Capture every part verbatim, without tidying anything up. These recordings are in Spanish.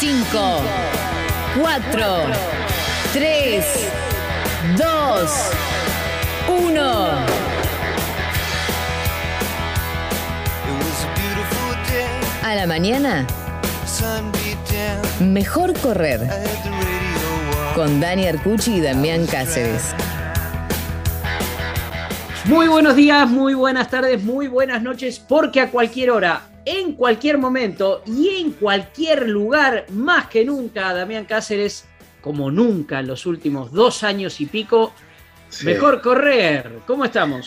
cinco, cuatro, tres, dos, uno. A la mañana, mejor correr. Con Dani Arcucci y Damián Cáceres. Muy buenos días, muy buenas tardes, muy buenas noches, porque a cualquier hora, en cualquier momento y en cualquier lugar, más que nunca, Damián Cáceres, como nunca en los últimos dos años y pico, sí. Mejor correr. ¿Cómo estamos?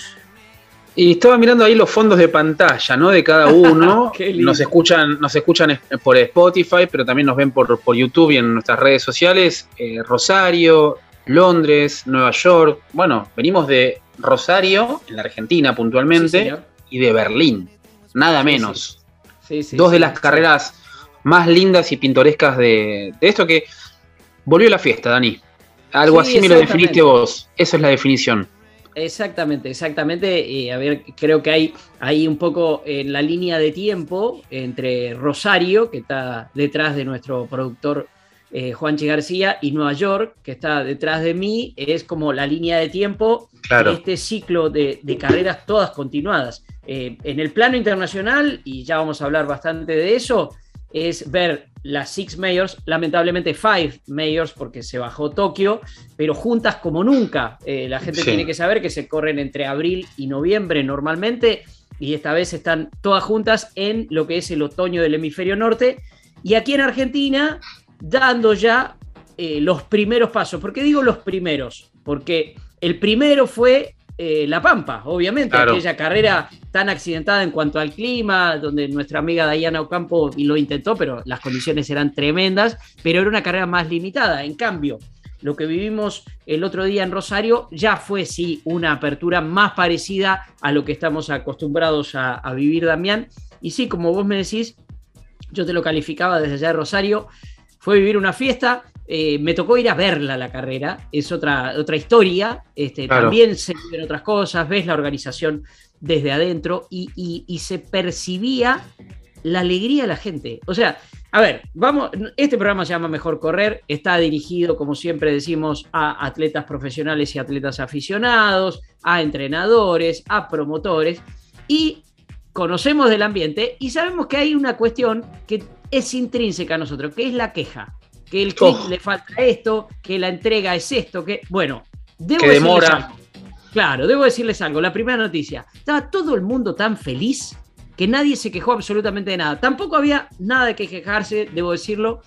Y estaba mirando ahí los fondos de pantalla, ¿no? De cada uno. nos escuchan, nos escuchan por Spotify, pero también nos ven por, por YouTube y en nuestras redes sociales. Eh, Rosario, Londres, Nueva York. Bueno, venimos de Rosario, en la Argentina puntualmente, sí, y de Berlín, nada menos. Sí, sí. Sí, sí, Dos sí, de las sí. carreras más lindas y pintorescas de, de esto que volvió la fiesta, Dani. Algo sí, así me lo definiste vos. Esa es la definición. Exactamente, exactamente. Eh, a ver, creo que hay, hay un poco en la línea de tiempo entre Rosario, que está detrás de nuestro productor eh, Juanchi García, y Nueva York, que está detrás de mí, es como la línea de tiempo claro. de este ciclo de, de carreras todas continuadas. Eh, en el plano internacional, y ya vamos a hablar bastante de eso, es ver las Six Majors, lamentablemente Five Majors, porque se bajó Tokio, pero juntas como nunca. Eh, la gente sí. tiene que saber que se corren entre abril y noviembre normalmente, y esta vez están todas juntas en lo que es el otoño del hemisferio norte, y aquí en Argentina, dando ya eh, los primeros pasos. ¿Por qué digo los primeros? Porque el primero fue eh, La Pampa, obviamente, claro. aquella carrera tan accidentada en cuanto al clima, donde nuestra amiga Dayana Ocampo lo intentó, pero las condiciones eran tremendas, pero era una carrera más limitada. En cambio, lo que vivimos el otro día en Rosario ya fue, sí, una apertura más parecida a lo que estamos acostumbrados a, a vivir, Damián. Y sí, como vos me decís, yo te lo calificaba desde allá de Rosario, fue vivir una fiesta. Eh, me tocó ir a verla la carrera, es otra, otra historia, este, claro. también se viven otras cosas, ves la organización desde adentro y, y, y se percibía la alegría de la gente. O sea, a ver, vamos, este programa se llama Mejor Correr, está dirigido, como siempre decimos, a atletas profesionales y atletas aficionados, a entrenadores, a promotores, y conocemos del ambiente y sabemos que hay una cuestión que es intrínseca a nosotros, que es la queja. Que el clic oh. le falta esto, que la entrega es esto, que bueno, debo que demora. Algo. Claro, debo decirles algo. La primera noticia, estaba todo el mundo tan feliz que nadie se quejó absolutamente de nada. Tampoco había nada de que quejarse, debo decirlo.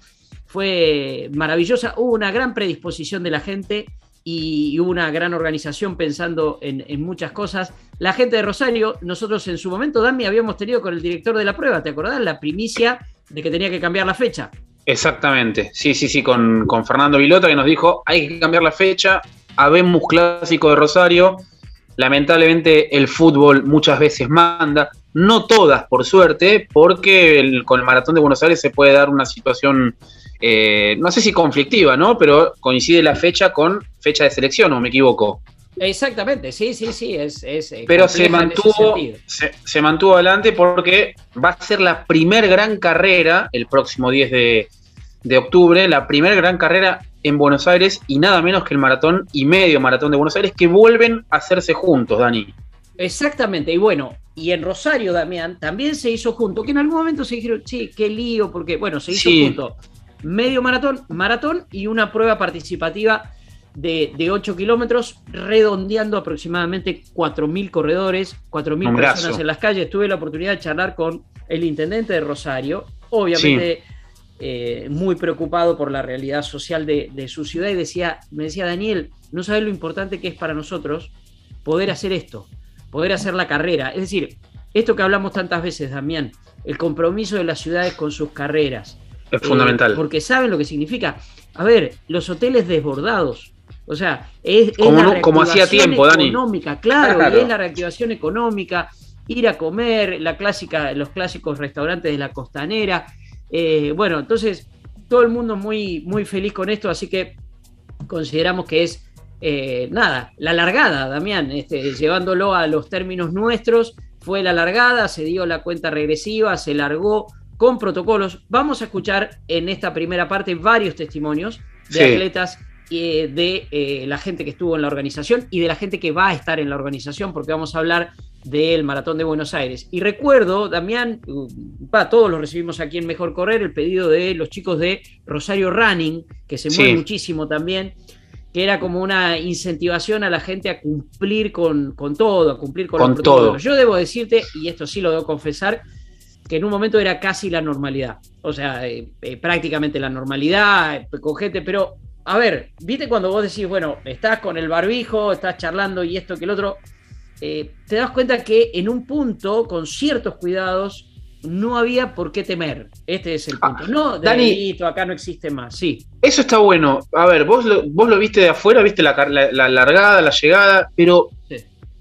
Fue maravillosa, hubo una gran predisposición de la gente y, y hubo una gran organización pensando en, en muchas cosas. La gente de Rosario, nosotros en su momento, Dami, habíamos tenido con el director de la prueba, ¿te acordás? La primicia de que tenía que cambiar la fecha. Exactamente, sí, sí, sí, con, con Fernando Vilota, que nos dijo, hay que cambiar la fecha, habemos clásico de Rosario, lamentablemente el fútbol muchas veces manda, no todas por suerte, porque el, con el Maratón de Buenos Aires se puede dar una situación, eh, no sé si conflictiva, ¿no? Pero coincide la fecha con fecha de selección, ¿o me equivoco? Exactamente, sí, sí, sí, es, es pero se mantuvo, se, se mantuvo adelante porque va a ser la primer gran carrera el próximo diez de octubre, la primer gran carrera en Buenos Aires y nada menos que el maratón y medio maratón de Buenos Aires que vuelven a hacerse juntos, Dani. Exactamente, y bueno, y en Rosario, Damián, también se hizo junto, que en algún momento se dijeron, sí, qué lío, porque bueno, se hizo sí. junto medio maratón, maratón y una prueba participativa de, de ocho kilómetros, redondeando aproximadamente cuatro mil corredores, cuatro mil personas en las calles. Tuve la oportunidad de charlar con el intendente de Rosario, obviamente sí. eh, muy preocupado por la realidad social de, de su ciudad, y decía, me decía, Daniel, no sabes lo importante que es para nosotros poder hacer esto, poder hacer la carrera. Es decir, esto que hablamos tantas veces, Damián, el compromiso de las ciudades con sus carreras. Es fundamental. Eh, porque saben lo que significa. A ver, los hoteles desbordados. O sea, es, como, es la no, como hacía tiempo, económica, Dani. Claro, claro, y es la reactivación económica, ir a comer, la clásica, los clásicos restaurantes de la costanera. Eh, bueno, entonces, todo el mundo muy, muy feliz con esto, así que consideramos que es, eh, nada, la largada, Damián, este, llevándolo a los términos nuestros, fue la largada, se dio la cuenta regresiva, se largó con protocolos. Vamos a escuchar en esta primera parte varios testimonios de sí. atletas, eh, de eh, la gente que estuvo en la organización y de la gente que va a estar en la organización, porque vamos a hablar del Maratón de Buenos Aires. Y recuerdo, Damián, va, todos los recibimos aquí en Mejor Correr, el pedido de los chicos de Rosario Running, que se mueven sí. muchísimo también, que era como una incentivación a la gente a cumplir con, con todo, a cumplir con, con los protocolos. Todo. Yo debo decirte, y esto sí lo debo confesar, que en un momento era casi la normalidad. O sea, eh, eh, prácticamente la normalidad, eh, con gente, pero, a ver, ¿viste cuando vos decís, bueno, estás con el barbijo, estás charlando y esto que el otro? Eh, te das cuenta que en un punto, con ciertos cuidados, no había por qué temer. Este es el punto. Ah, no, Dani, acá no existe más, sí. Eso está bueno. A ver, vos lo, vos lo viste de afuera, viste la, la, la largada, la llegada, pero sí.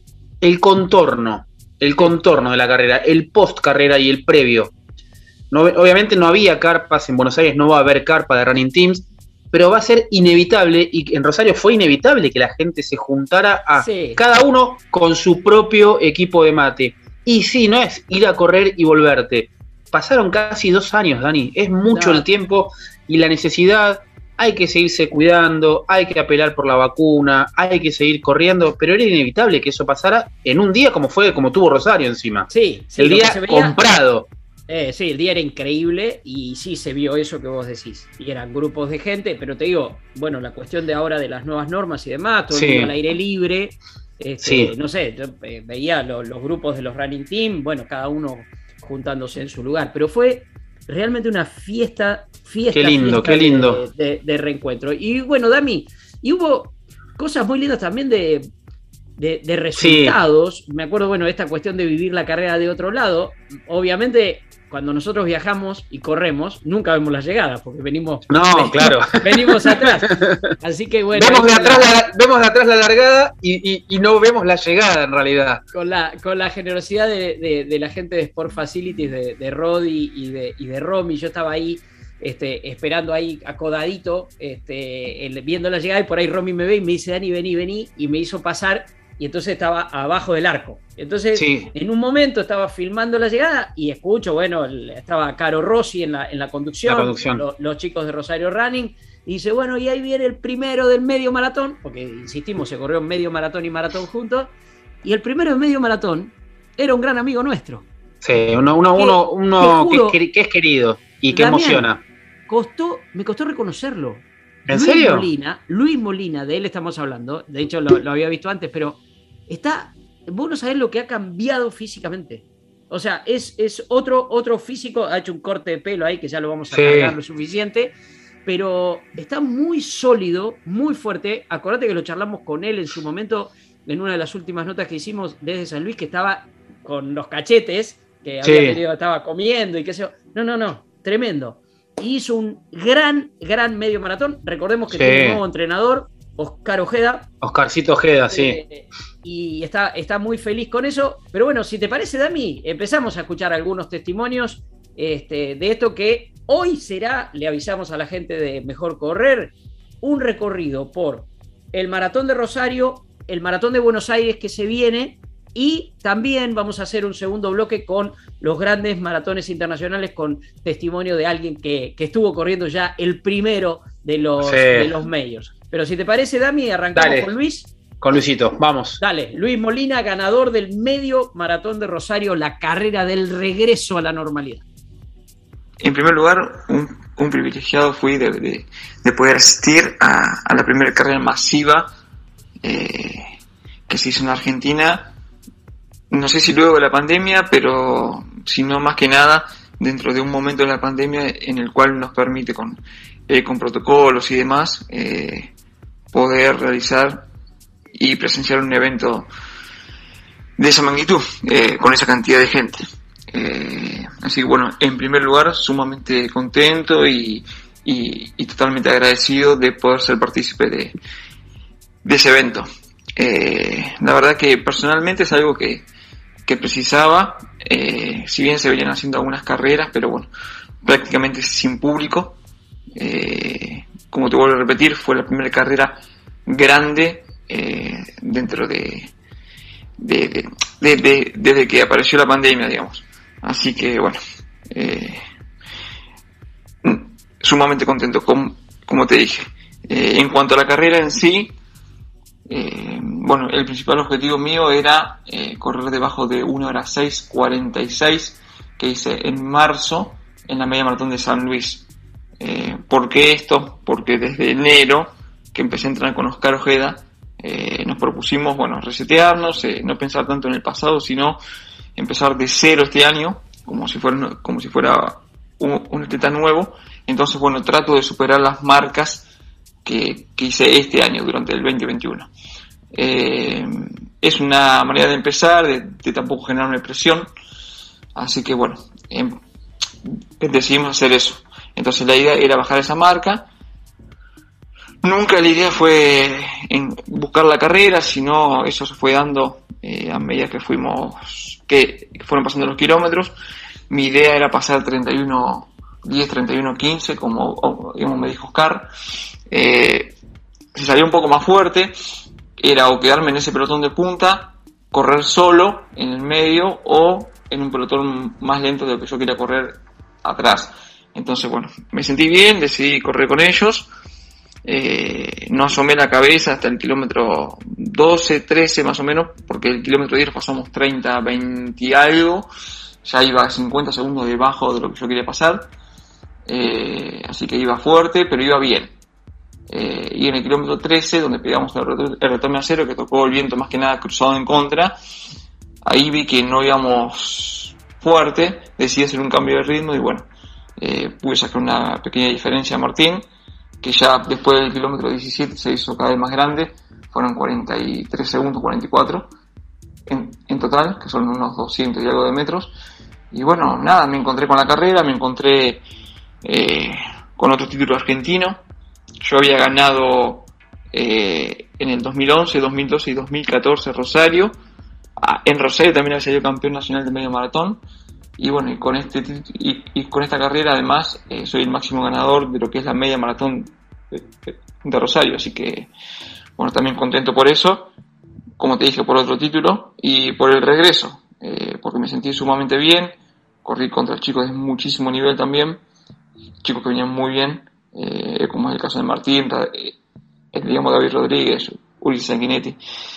el contorno, el contorno de la carrera, el post carrera y el previo. No, obviamente no había carpas en Buenos Aires, no va a haber carpa de Running Teams, pero va a ser inevitable, y en Rosario fue inevitable que la gente se juntara a sí. cada uno con su propio equipo de mate. Y sí, no es ir a correr y volverte. Pasaron casi dos años, Dani. Es mucho no. el tiempo y la necesidad. Hay que seguirse cuidando, hay que apelar por la vacuna, hay que seguir corriendo, pero era inevitable que eso pasara en un día como fue, como tuvo Rosario encima. Sí, sí, el día veía, comprado. Eh, sí, el día era increíble y sí se vio eso que vos decís. Y eran grupos de gente, pero te digo, bueno, la cuestión de ahora de las nuevas normas y demás, todo sí. el mundo al aire libre. Este, sí. No sé, yo eh, veía lo, los grupos de los running team, bueno, cada uno juntándose en su lugar, pero fue realmente una fiesta, fiesta, qué lindo, fiesta qué lindo. De, de, de reencuentro. Y bueno, Dami, y hubo cosas muy lindas también de, de, de resultados. Sí. Me acuerdo, bueno, esta cuestión de vivir la carrera de otro lado. Obviamente, cuando nosotros viajamos y corremos, nunca vemos la llegada, porque venimos, no, venimos, claro. venimos atrás. Así que bueno. Vemos de atrás la, la, vemos de atrás la largada y, y, y no vemos la llegada en realidad. Con la, con la generosidad de, de, de la gente de Sport Facilities, de, de Rodi y de, y de Romy, yo estaba ahí este, esperando ahí acodadito, este, el, viendo la llegada, y por ahí Romy me ve y me dice, Dani, vení, vení, y me hizo pasar. Y entonces estaba abajo del arco. Entonces, sí. en un momento estaba filmando la llegada y escucho, bueno, estaba Caro Rossi en la, en la conducción, la conducción. Lo, los chicos de Rosario Running, y dice, bueno, y ahí viene el primero del medio maratón, porque insistimos, se corrió medio maratón y maratón juntos, y el primero del medio maratón era un gran amigo nuestro. Sí, uno, uno, que, uno, uno juro, que, que es querido y que Damián, emociona. Costó, me costó reconocerlo. ¿En Luis serio? Molina, Luis Molina, de él estamos hablando, de hecho lo, lo había visto antes, pero está, vos no sabés lo que ha cambiado físicamente. O sea, es, es otro, otro físico, ha hecho un corte de pelo ahí que ya lo vamos a sí. cargar lo suficiente, pero está muy sólido, muy fuerte. Acordate que lo charlamos con él en su momento, en una de las últimas notas que hicimos desde San Luis, que estaba con los cachetes, que sí. había tenido, estaba comiendo y qué sé yo. No, no, no, tremendo. Y hizo un gran, gran medio maratón. Recordemos que sí. tiene un nuevo entrenador, Oscar Ojeda. Oscarcito Ojeda, sí. Eh, y está, está muy feliz con eso. Pero bueno, si te parece, Dami, empezamos a escuchar algunos testimonios este, de esto que hoy será, le avisamos a la gente de Mejor Correr, un recorrido por el Maratón de Rosario, el Maratón de Buenos Aires que se viene, y también vamos a hacer un segundo bloque con los grandes maratones internacionales con testimonio de alguien que, que estuvo corriendo ya el primero de los, sí. de los medios. Pero si te parece, Dami, arrancamos Dale. con Luis. Con Luisito, vamos. Dale, Luis Molina, ganador del medio maratón de Rosario, la carrera del regreso a la normalidad. En primer lugar, un, un privilegiado fui de, de, de poder asistir a, a la primera carrera masiva eh, que se hizo en Argentina. No sé si luego de la pandemia, pero si no más que nada dentro de un momento de la pandemia en el cual nos permite con, eh, con protocolos y demás eh, poder realizar y presenciar un evento de esa magnitud, eh, con esa cantidad de gente. Eh, así que bueno, en primer lugar, sumamente contento y, y, y totalmente agradecido de poder ser partícipe de, de ese evento. Eh, la verdad que personalmente es algo que, que precisaba, eh, si bien se venían haciendo algunas carreras, pero bueno, prácticamente sin público. Eh, como te vuelvo a repetir, fue la primera carrera grande eh, dentro de, de, de, de, de desde que apareció la pandemia, digamos. Así que bueno, eh, sumamente contento, como, como te dije. Eh, en cuanto a la carrera en sí, eh, bueno, el principal objetivo mío era eh, correr debajo de una hora seis cuarenta y seis que hice en marzo en la media maratón de San Luis. Eh, ¿Por qué esto? Porque desde enero que empecé a entrenar con Oscar Ojeda, eh, nos propusimos, bueno, resetearnos, eh, no pensar tanto en el pasado, sino empezar de cero este año, como si fuera, como si fuera un, un atleta nuevo. Entonces, bueno, trato de superar las marcas que, que hice este año, durante el veinte veintiuno. Eh, es una manera de empezar, de, de tampoco generarme presión, así que bueno, eh, decidimos hacer eso. Entonces la idea era bajar esa marca. Nunca la idea fue en buscar la carrera, sino eso se fue dando eh, a medida que fuimos, que fueron pasando los kilómetros. Mi idea era pasar treinta y uno diez, treinta y uno quince, como, como me dijo Oscar. Eh, si salía un poco más fuerte, era o quedarme en ese pelotón de punta, correr solo en el medio, o en un pelotón más lento de lo que yo quería correr atrás. Entonces, bueno, me sentí bien, decidí correr con ellos. Eh, no asomé la cabeza hasta el kilómetro doce, trece más o menos, porque el kilómetro diez pasamos treinta, veinte y algo, ya iba cincuenta segundos debajo de lo que yo quería pasar, eh, así que iba fuerte, pero iba bien. Eh, y en el kilómetro trece, donde pegamos el retome a cero, que tocó el viento más que nada cruzado en contra, ahí vi que no íbamos fuerte, decidí hacer un cambio de ritmo y bueno, eh, pude sacar una pequeña diferencia a Martín, que ya después del kilómetro diecisiete se hizo cada vez más grande, fueron cuarenta y tres segundos, cuarenta y cuatro en, en total, que son unos doscientos y algo de metros. Y bueno, nada, me encontré con la carrera, me encontré eh, con otro título argentino. Yo había ganado eh, en el dos mil once, dos mil doce y dos mil catorce Rosario. Ah, en Rosario también había salido campeón nacional de medio maratón. Y bueno, y con este y, y con esta carrera además eh, soy el máximo ganador de lo que es la media maratón de, de Rosario, así que bueno, también contento por eso, como te dije, por otro título y por el regreso, eh, porque me sentí sumamente bien, corrí contra chicos de muchísimo nivel también, chicos que venían muy bien, eh, como es el caso de Martín, el digamos David Rodríguez, Ulises Sanguinetti.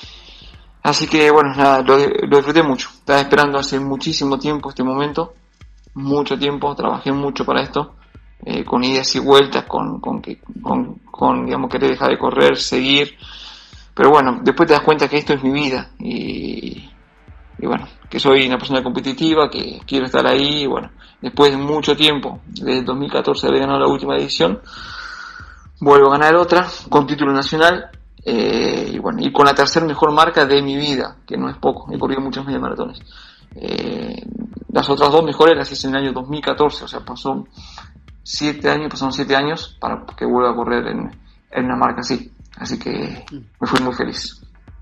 Así que bueno, nada, lo, lo disfruté mucho. Estaba esperando hace muchísimo tiempo este momento, mucho tiempo, trabajé mucho para esto, eh, con idas y vueltas, con, con, con, con, digamos, querer dejar de correr, seguir. Pero bueno, después te das cuenta que esto es mi vida y, y bueno, que soy una persona competitiva, que quiero estar ahí. Y bueno, después de mucho tiempo, desde el dos mil catorce haber ganado la última edición, vuelvo a ganar otra con título nacional. Eh, y bueno, y con la tercera mejor marca de mi vida, que no es poco, he corrido muchos media maratones. Eh, las otras dos mejores las hice en el año dos mil catorce, o sea, pasó siete años, pasaron siete años para que vuelva a correr en, en una marca así. Así que me fui muy feliz.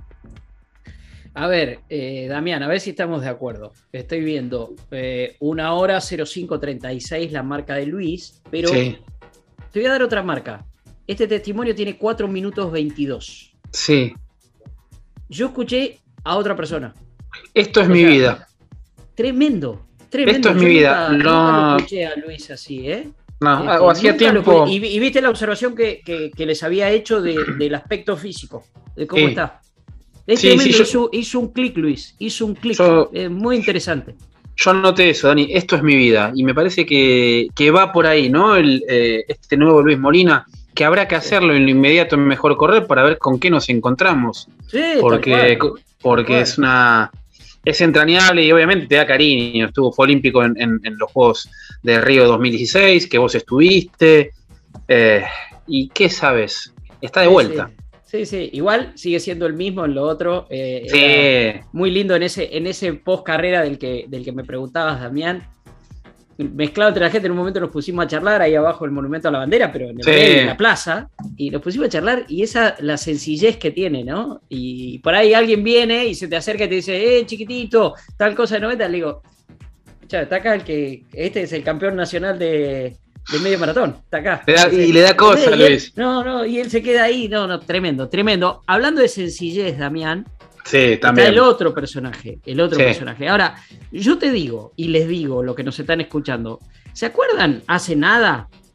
A ver, eh, Damián, a ver si estamos de acuerdo. Estoy viendo eh, una hora cero cinco treinta y seis la marca de Luis, pero sí. Te voy a dar otra marca. Este testimonio tiene cuatro minutos veintidós. Sí. Yo escuché a otra persona. Esto es o mi sea, vida. Tremendo, tremendo. Esto es Yo mi vida. Nunca, no nunca lo escuché a Luis así, ¿eh? No, este, o hacía tiempo. Lo, y, y viste la observación que, que, que les había hecho de, del aspecto físico, de cómo sí. está. Es sí, tremendo, sí, hizo, yo, hizo un clic, Luis. Hizo un clic. Es muy interesante. Yo noté eso, Dani. Esto es mi vida. Y me parece que, que va por ahí, ¿no? El, eh, este nuevo Luis Molina, que habrá que hacerlo en lo inmediato en Mejor Correr para ver con qué nos encontramos. Sí, porque tal cual, porque tal es una es entrañable y obviamente te da cariño. Estuvo fue olímpico en, en, en los Juegos de Río dos mil dieciséis, que vos estuviste. Eh, ¿Y qué sabes? Está de sí, vuelta. Sí. Sí, sí, igual sigue siendo el mismo en lo otro. Eh, sí. Muy lindo en ese, en ese post carrera del que, del que me preguntabas, Damián. Mezclado entre la gente, en un momento nos pusimos a charlar ahí abajo del Monumento a la Bandera, pero en, el sí. medio, en la plaza, y nos pusimos a charlar, y esa, la sencillez que tiene, ¿no? Y por ahí alguien viene y se te acerca y te dice, eh, chiquitito, tal cosa de noventa, le digo, ya, está acá el que, este es el campeón nacional de, de medio maratón, está acá. Le da, y le da cosa, Luis. No, no, y él se queda ahí, no, no, tremendo, tremendo. Hablando de sencillez, Damián, sí, también. está el otro personaje, el otro sí. personaje. Ahora, yo te digo, y les digo, lo que nos están escuchando, ¿se acuerdan hace nada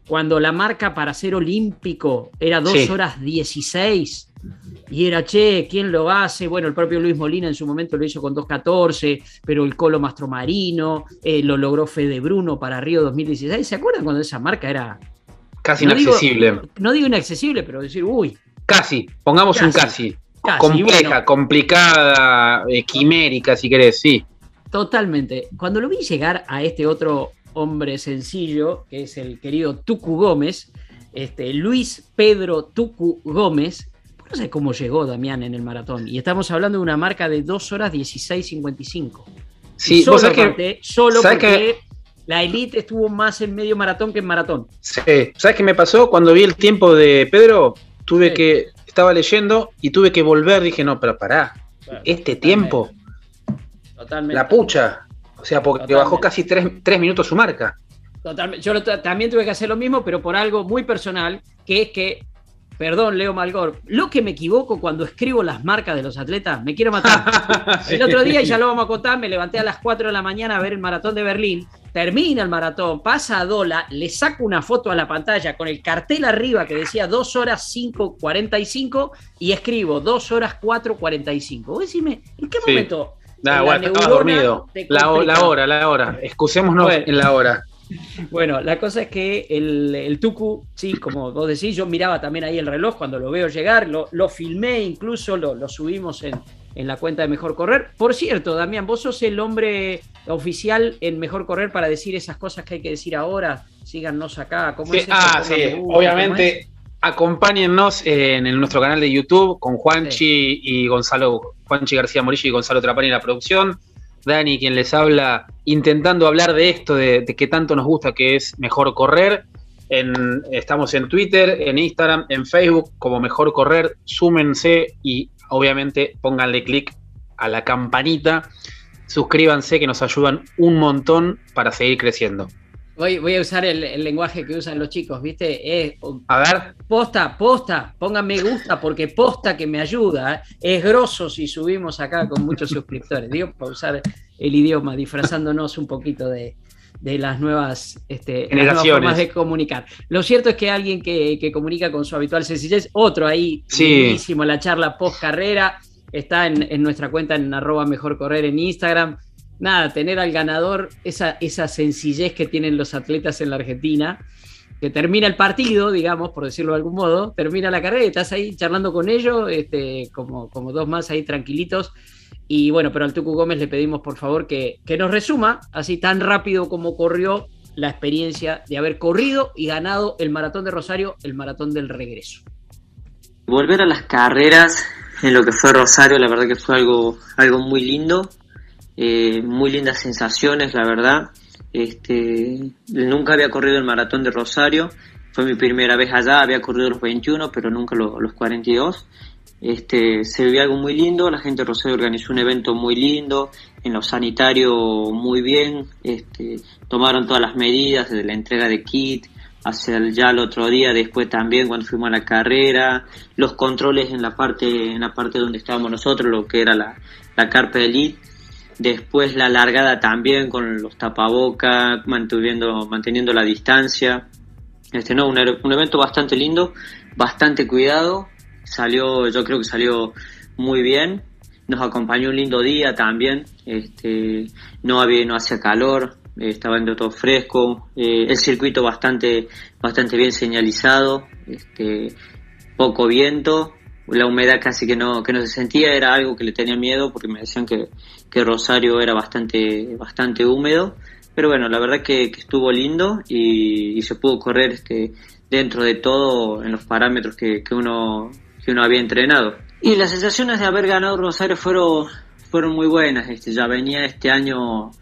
cuando la marca para ser olímpico era dos Sí. horas dieciséis, y era, che, ¿quién lo hace? Bueno, el propio Luis Molina en su momento lo hizo con dos catorce, pero el Colo Mastromarino, eh, lo logró Fede Bruno para Río dos mil dieciséis. ¿Se acuerdan cuando esa marca era Casi no inaccesible. Digo, no digo inaccesible, pero decir, uy. Casi, pongamos Casi. un casi. Casi, Compleja, bueno. complicada, eh, quimérica, si querés, sí. Totalmente. Cuando lo vi llegar a este otro hombre sencillo, que es el querido Tucu Gómez, este, Luis Pedro Tucu Gómez, no sé cómo llegó Damián en el maratón. Y estamos hablando de una marca de dos horas dieciséis cincuenta y cinco. Sí, solo vos sabés porque, que, solo ¿sabés porque que, la elite estuvo más en medio maratón que en maratón. sí, ¿sabés qué me pasó? Cuando vi el tiempo de Pedro, tuve Sí. que, estaba leyendo y tuve que volver, dije, no, pero pará, Claro, este totalmente. tiempo, Totalmente. la pucha. O sea, porque Totalmente. bajó casi tres, tres minutos su marca. Totalmente. Yo lo, también tuve que hacer lo mismo, pero por algo muy personal, que es que, perdón, Leo Malgor, lo que me equivoco cuando escribo las marcas de los atletas, me quiero matar. Sí. El otro día, y ya lo vamos a contar, me levanté a las cuatro de la mañana a ver el maratón de Berlín, termina el maratón, pasa a Dola, le saco una foto a la pantalla con el cartel arriba que decía dos horas cinco cuarenta y cinco y escribo dos horas cuatro cuarenta y cinco. Vos decime, ¿en qué Sí. momento? Nah, en bueno, la estaba neurona dormido. te La, complica? la hora, la hora. Excusémonos Bueno. en la hora. Bueno, la cosa es que el, el Tucu, sí, como vos decís, yo miraba también ahí el reloj cuando lo veo llegar, lo, lo filmé incluso, lo, lo subimos en, en la cuenta de Mejor Correr. Por cierto, Damián, vos sos el hombre oficial en Mejor Correr para decir esas cosas que hay que decir ahora. Síganos acá, ¿cómo Sí, es eso? ah, Pongan sí, me gusta, ¿cómo es? obviamente. Acompáñennos en, el- nuestro canal de YouTube con Juanchi Sí. y Gonzalo, Juanchi García Morillo y Gonzalo Trapani en la producción. Dani, quien les habla, intentando hablar de esto, de, de que tanto nos gusta, que es Mejor Correr. En, estamos en Twitter, en Instagram, en Facebook, como Mejor Correr. Súmense y obviamente pónganle clic a la campanita. Suscríbanse, que nos ayudan un montón para seguir creciendo. Voy, voy a usar el, el lenguaje que usan los chicos, ¿viste? Es, A ver. posta, posta, pongan me gusta porque posta que me ayuda. ¿eh? Es grosso si subimos acá con muchos suscriptores. Digo, para usar el idioma, disfrazándonos un poquito de, de las nuevas, este, las nuevas formas de comunicar. Lo cierto es que alguien que, que comunica con su habitual sencillez, otro ahí, sí. buenísimo, la charla post carrera, está en, en nuestra cuenta en arroba mejor correr en Instagram. Nada, tener al ganador esa, esa sencillez que tienen los atletas en la Argentina, que termina el partido, digamos, por decirlo de algún modo, termina la carrera y estás ahí charlando con ellos, este, como, como dos más ahí tranquilitos. Y bueno, pero al Tucu Gómez le pedimos por favor que, que nos resuma, así tan rápido como corrió, la experiencia de haber corrido y ganado el maratón de Rosario, el maratón del regreso. Volver a las carreras en lo que fue Rosario, la verdad que fue algo, algo muy lindo. Eh, muy lindas sensaciones, la verdad. Este, nunca había corrido el maratón de Rosario, fue mi primera vez allá, había corrido los veintiuno, pero nunca los, los cuarenta y dos. Este, se vivió algo muy lindo, la gente de Rosario organizó un evento muy lindo, en lo sanitario muy bien, este, tomaron todas las medidas desde la entrega de kit, hacia el, ya el otro día, después también cuando fuimos a la carrera, los controles en la parte, en la parte donde estábamos nosotros, lo que era la, la carpa elite. Después la largada también con los tapabocas, manteniendo, manteniendo la distancia. Este, no, un, un evento bastante lindo, bastante cuidado. Salió, yo creo que salió muy bien. Nos acompañó un lindo día también. Este, no había, no hacía calor, eh, estaba en todo fresco. Eh, el circuito bastante, bastante bien señalizado. Este, poco viento. La humedad casi que no, que no se sentía, era algo que le tenía miedo porque me decían que, que Rosario era bastante, bastante húmedo, pero bueno, la verdad que, que estuvo lindo y, y se pudo correr este, dentro de todo en los parámetros que, que uno, que uno había entrenado. Y las sensaciones de haber ganado Rosario fueron, fueron muy buenas. Este, ya venía este año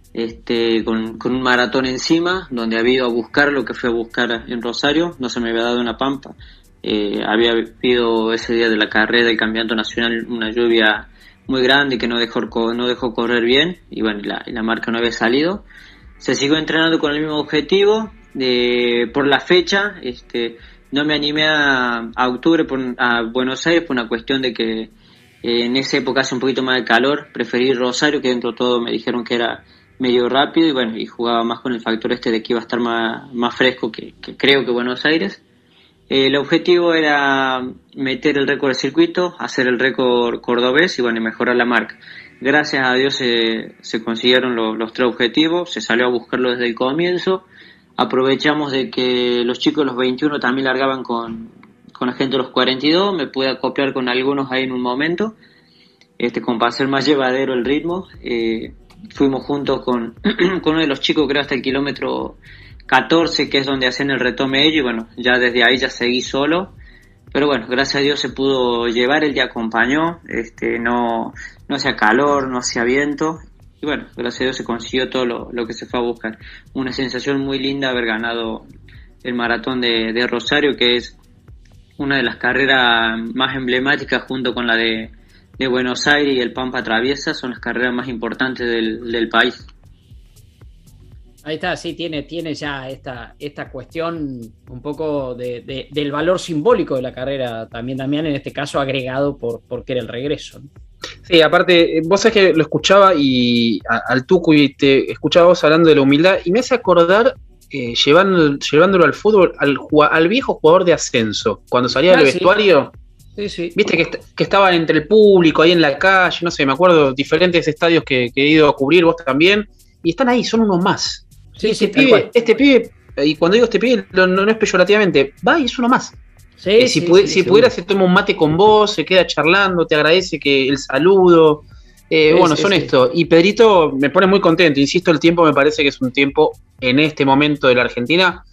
este, con, con un maratón encima, donde había ido a buscar lo que fui a buscar en Rosario, no se me había dado una pampa. Eh, había habido ese día de la carrera del campeonato nacional una lluvia muy grande que no dejó, no dejó correr bien y bueno, la, la marca no había salido. Se siguió entrenando con el mismo objetivo. De, por la fecha, este, no me animé a, a octubre por, a Buenos Aires por una cuestión de que eh, en esa época hace un poquito más de calor. Preferí Rosario, que dentro de todo me dijeron que era medio rápido y bueno, y jugaba más con el factor este de que iba a estar más, más fresco que, que creo que Buenos Aires. Eh, el objetivo era meter el récord del circuito, hacer el récord cordobés y bueno, y mejorar la marca. Gracias a Dios se, se consiguieron lo, los tres objetivos, se salió a buscarlo desde el comienzo. Aprovechamos de que los chicos de los veintiuno también largaban con, con la gente de los cuarenta y dos, me pude acoplar con algunos ahí en un momento, este, como para hacer más llevadero el ritmo. Eh, fuimos juntos con, con uno de los chicos, creo hasta el kilómetro catorce, que es donde hacen el retome ellos, y bueno, ya desde ahí ya seguí solo, pero bueno, gracias a Dios se pudo llevar, él ya acompañó, este, no, no hacía calor, no hacía viento, y bueno, gracias a Dios se consiguió todo lo, lo que se fue a buscar. Una sensación muy linda haber ganado el maratón de, de Rosario, que es una de las carreras más emblemáticas junto con la de, de Buenos Aires y el Pampa Traviesa, son las carreras más importantes del, del país. Ahí está, sí, tiene, tiene ya esta, esta cuestión un poco de, de, del valor simbólico de la carrera, también, Damián, en este caso agregado por porque era el regreso, ¿no? Sí, aparte, vos sabés que lo escuchaba y a, al Tucu y te escuchaba vos hablando de la humildad y me hace acordar, eh, llevando, llevándolo al fútbol, al, al viejo jugador de Ascenso, cuando salía ah, del sí. vestuario, sí, sí. Viste que, que estaban entre el público, ahí en la calle, no sé, me acuerdo, diferentes estadios que, que he ido a cubrir, vos también, y están ahí, son unos más. Sí, este, sí, pibe, este pibe, y cuando digo este pibe, no, no es peyorativamente, va y es uno más. Sí, eh, si, sí, pude, sí, si pudiera, se toma un mate con vos, se queda charlando, te agradece que el saludo. Eh, sí, bueno, sí, son sí. esto. Y Pedrito me pone muy contento. Insisto, el tiempo me parece que es un tiempo en este momento de la Argentina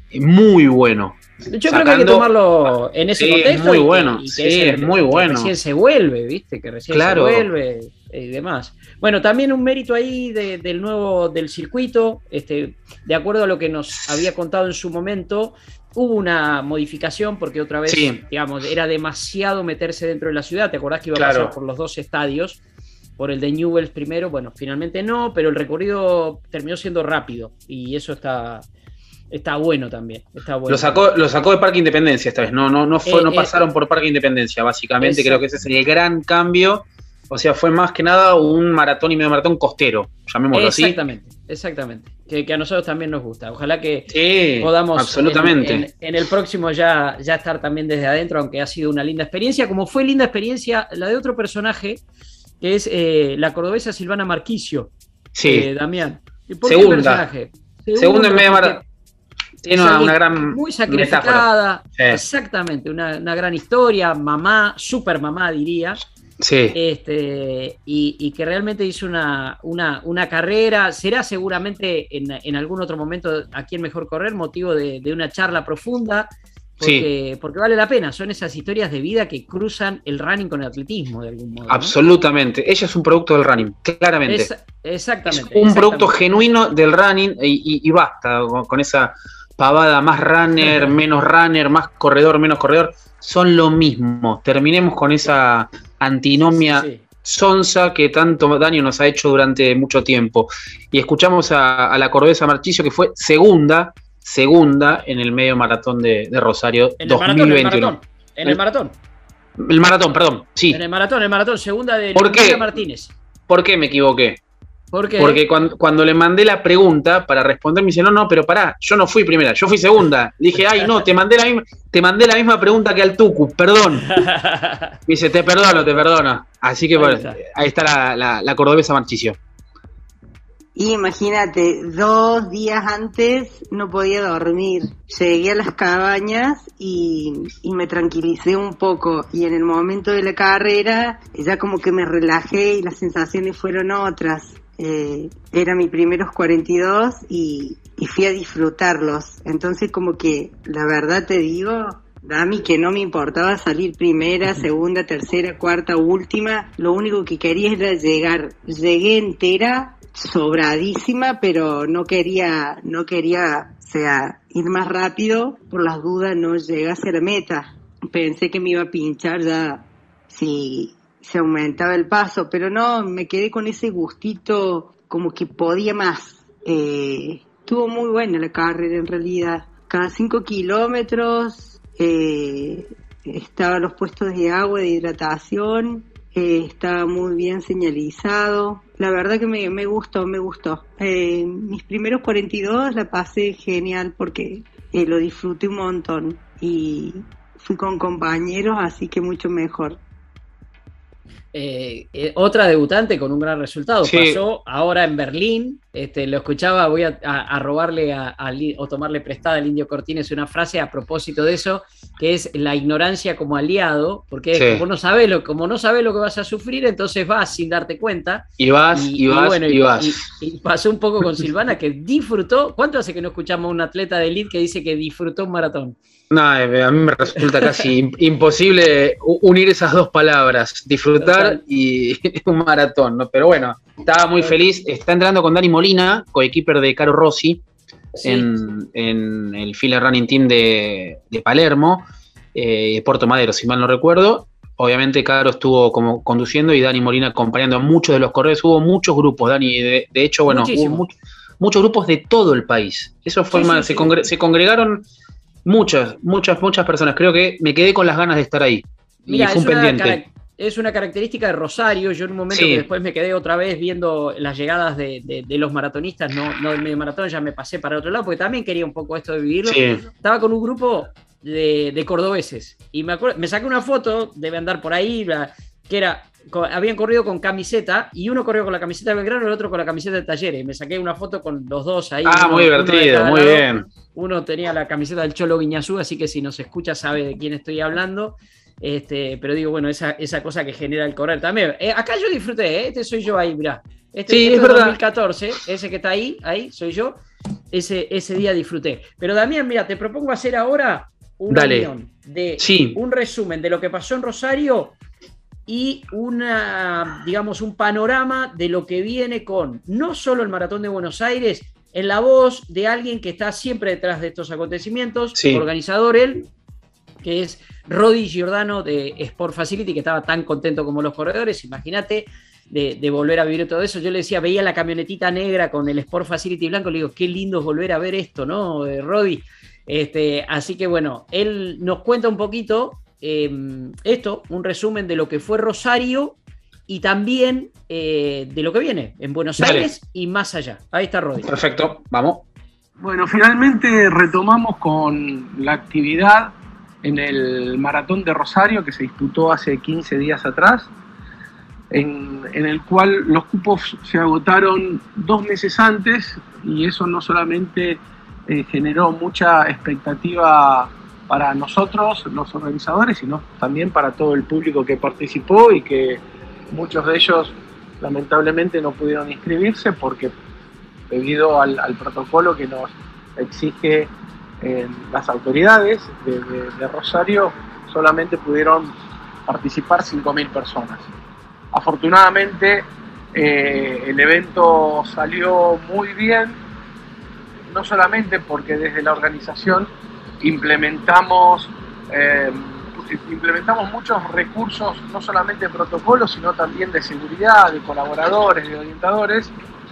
muy bueno. Yo Sacando, creo que hay que tomarlo en ese sí, contexto. Muy y, bueno. Y que sí, es muy bueno. Que recién se vuelve, ¿viste? Que recién claro. se vuelve y demás. Bueno, también un mérito ahí de, del nuevo del circuito, este, de acuerdo a lo que nos había contado en su momento, hubo una modificación porque otra vez, sí. digamos, era demasiado meterse dentro de la ciudad. ¿Te acordás que iba a claro. pasar por los dos estadios? Por el de Newell's primero, bueno, finalmente no, pero el recorrido terminó siendo rápido y eso está... Está bueno también. Está bueno. Lo sacó, lo sacó de Parque Independencia esta vez. No, no, no, fue, eh, no pasaron eh, por Parque Independencia, básicamente. Exacto. Creo que ese es el gran cambio. O sea, fue más que nada un maratón y medio maratón costero, llamémoslo exactamente, así. Exactamente, que, que a nosotros también nos gusta. Ojalá que sí, podamos absolutamente. En, en, en el próximo ya, ya estar también desde adentro, aunque ha sido una linda experiencia, como fue linda experiencia la de otro personaje, que es eh, la cordobesa Silvana Marquicio. Sí. Eh, Damián. ¿Por Segunda. Qué personaje? Segunda, Segunda en medio maratón. Tiene una, una gran muy sacrificada, sí. Exactamente, una, una gran historia, mamá, super mamá diría, sí. este, y, y que realmente hizo una, una, una carrera, será seguramente en, en algún otro momento aquí en Mejor Correr motivo de, de una charla profunda, porque, sí. porque vale la pena, son esas historias de vida que cruzan el running con el atletismo de algún modo. Absolutamente, ¿no? Ella es un producto del running, claramente. Es, exactamente. Es un exactamente. producto genuino del running y, y, y basta con, con esa... pavada, más runner, menos runner, más corredor, menos corredor, son lo mismo. Terminemos con esa antinomia sí, sí. sonsa que tanto daño nos ha hecho durante mucho tiempo. Y escuchamos a, a la cordobesa Marquicio, que fue segunda, segunda en el medio maratón de, de Rosario en dos mil veintiuno. En el maratón. En el maratón, perdón, sí. En el maratón, en el maratón, segunda de ¿Por qué? Martínez. ¿Por qué me equivoqué? ¿Por qué? Porque cuando, cuando le mandé la pregunta para responder, me dice, no, no, pero pará, yo no fui primera, yo fui segunda. Le dije, ay, no, te mandé la misma, te mandé la misma pregunta que al Tucu, perdón. Me dice, te perdono, te perdono. Así que, ahí bueno, está, ahí está la, la, la cordobesa Marquicio. Imagínate, dos días antes no podía dormir. Llegué a las cabañas y, y me tranquilicé un poco. Y en el momento de la carrera, ya como que me relajé y las sensaciones fueron otras. Eh, era mi primeros cuarenta y dos y, y fui a disfrutarlos. Entonces como que, la verdad te digo, Dami, que no me importaba salir primera, segunda, tercera, cuarta, última. Lo único que quería era llegar. Llegué entera, sobradísima, pero no quería, no quería, o sea, ir más rápido. Por las dudas no llegase a la meta. Pensé que me iba a pinchar ya si se aumentaba el paso, pero no, me quedé con ese gustito como que podía más. Eh, estuvo muy buena la carrera en realidad. Cada cinco kilómetros eh, estaban los puestos de agua, de hidratación, eh, estaba muy bien señalizado. la verdad que me, me gustó, me gustó. Eh, mis primeros cuarenta y dos la pasé genial porque eh, lo disfruté un montón y fui con compañeros, así que mucho mejor. Eh, eh, otra debutante con un gran resultado, sí. Pasó ahora en Berlín, este, lo escuchaba, voy a, a, a robarle a, a, o tomarle prestada al Indio Cortines una frase a propósito de eso, que es la ignorancia como aliado, porque sí. como no sabes lo, como no sabes lo que vas a sufrir, entonces vas sin darte cuenta. Y vas, y, y vas, y, bueno, y, y vas. Y, y pasó un poco con Silvana, que disfrutó. ¿Cuánto hace que no escuchamos a un atleta de elite que dice que disfrutó un maratón? No, a mí me resulta casi imposible unir esas dos palabras, disfrutar y un maratón, ¿no? Pero bueno, estaba muy feliz. Está entrando con Dani Molina, coequiper de Caro Rossi, sí. en, en el Fila Running Team de, de Palermo, eh, Puerto Madero, si mal no recuerdo. Obviamente Caro estuvo como conduciendo y Dani Molina acompañando a muchos de los corredores. Hubo muchos grupos, Dani, de, de hecho, bueno, Muchísimo. hubo mucho, muchos grupos de todo el país. Eso fue sí, más, sí, se, sí. Congre- se congregaron muchas, muchas, muchas personas. Creo que me quedé con las ganas de estar ahí. Mira, y fue un pendiente. Cara- es una característica de Rosario. Yo en un momento sí. que después me quedé otra vez viendo las llegadas de, de, de los maratonistas, no, no del medio maratón, ya me pasé para otro lado, porque también quería un poco esto de vivirlo. Sí. Estaba con un grupo de, de cordobeses y me acuerdo, me saqué una foto, debe andar por ahí, que era, habían corrido con camiseta y uno corrió con la camiseta de Belgrano y el otro con la camiseta de Talleres. Y me saqué una foto con los dos ahí. Ah, uno, muy divertido, muy lado. Bien. Uno tenía la camiseta del Cholo Guiñazú, así que si nos escucha sabe de quién estoy hablando. Este, pero digo, bueno, esa, esa cosa que genera el correr también. Eh, acá yo disfruté, ¿eh? Este soy yo ahí, mirá. Este, sí, este es verdad. dos mil catorce, ese que está ahí, ahí soy yo. Ese, ese día disfruté. Pero Damián, mira, te propongo hacer ahora una Dale. unión de sí. un resumen de lo que pasó en Rosario y una, digamos, un panorama de lo que viene con no solo el Maratón de Buenos Aires, en la voz de alguien que está siempre detrás de estos acontecimientos, sí. organizador él, que es Rodi Giordano de Sport Facility, que estaba tan contento como los corredores. Imagínate de, de volver a vivir todo eso. Yo le decía, veía la camionetita negra con el Sport Facility blanco, le digo, qué lindo es volver a ver esto, ¿no, eh, Rodi? Este, así que bueno, él nos cuenta un poquito eh, esto, un resumen de lo que fue Rosario y también eh, de lo que viene en Buenos Dale. Aires y más allá. Ahí está Rodi. Perfecto, vamos. Bueno, finalmente retomamos con la actividad en el Maratón de Rosario que se disputó hace quince días atrás, en, en el cual los cupos se agotaron dos meses antes y eso no solamente eh, generó mucha expectativa para nosotros, los organizadores, sino también para todo el público que participó y que muchos de ellos lamentablemente no pudieron inscribirse porque debido al, al protocolo que nos exige eh, las autoridades de, de, de Rosario, solamente pudieron participar cinco mil personas. Afortunadamente eh, el evento salió muy bien, no solamente porque desde la organización implementamos eh, implementamos muchos recursos, no solamente de protocolos, sino también de seguridad, de colaboradores, de orientadores,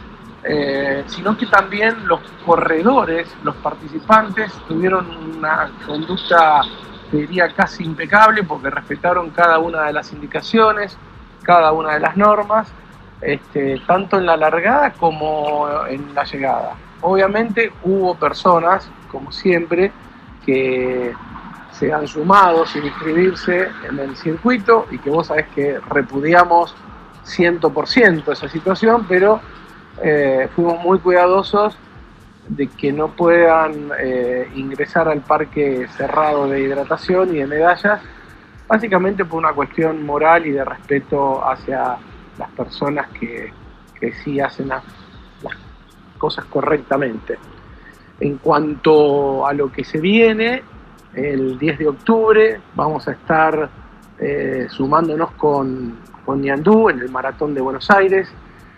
eh, sino que también los corredores, los participantes, tuvieron una conducta, te diría, casi impecable, porque respetaron cada una de las indicaciones, cada una de las normas, este, tanto en la largada como en la llegada. Obviamente hubo personas, como siempre, que se han sumado sin inscribirse en el circuito y que vos sabés que repudiamos cien por ciento esa situación, pero eh, fuimos muy cuidadosos de que no puedan eh, ingresar al parque cerrado de hidratación y de medallas, básicamente por una cuestión moral y de respeto hacia las personas que, que sí hacen las, las cosas correctamente. En cuanto a lo que se viene, el diez de octubre vamos a estar eh, sumándonos con, con Ñandú en el Maratón de Buenos Aires,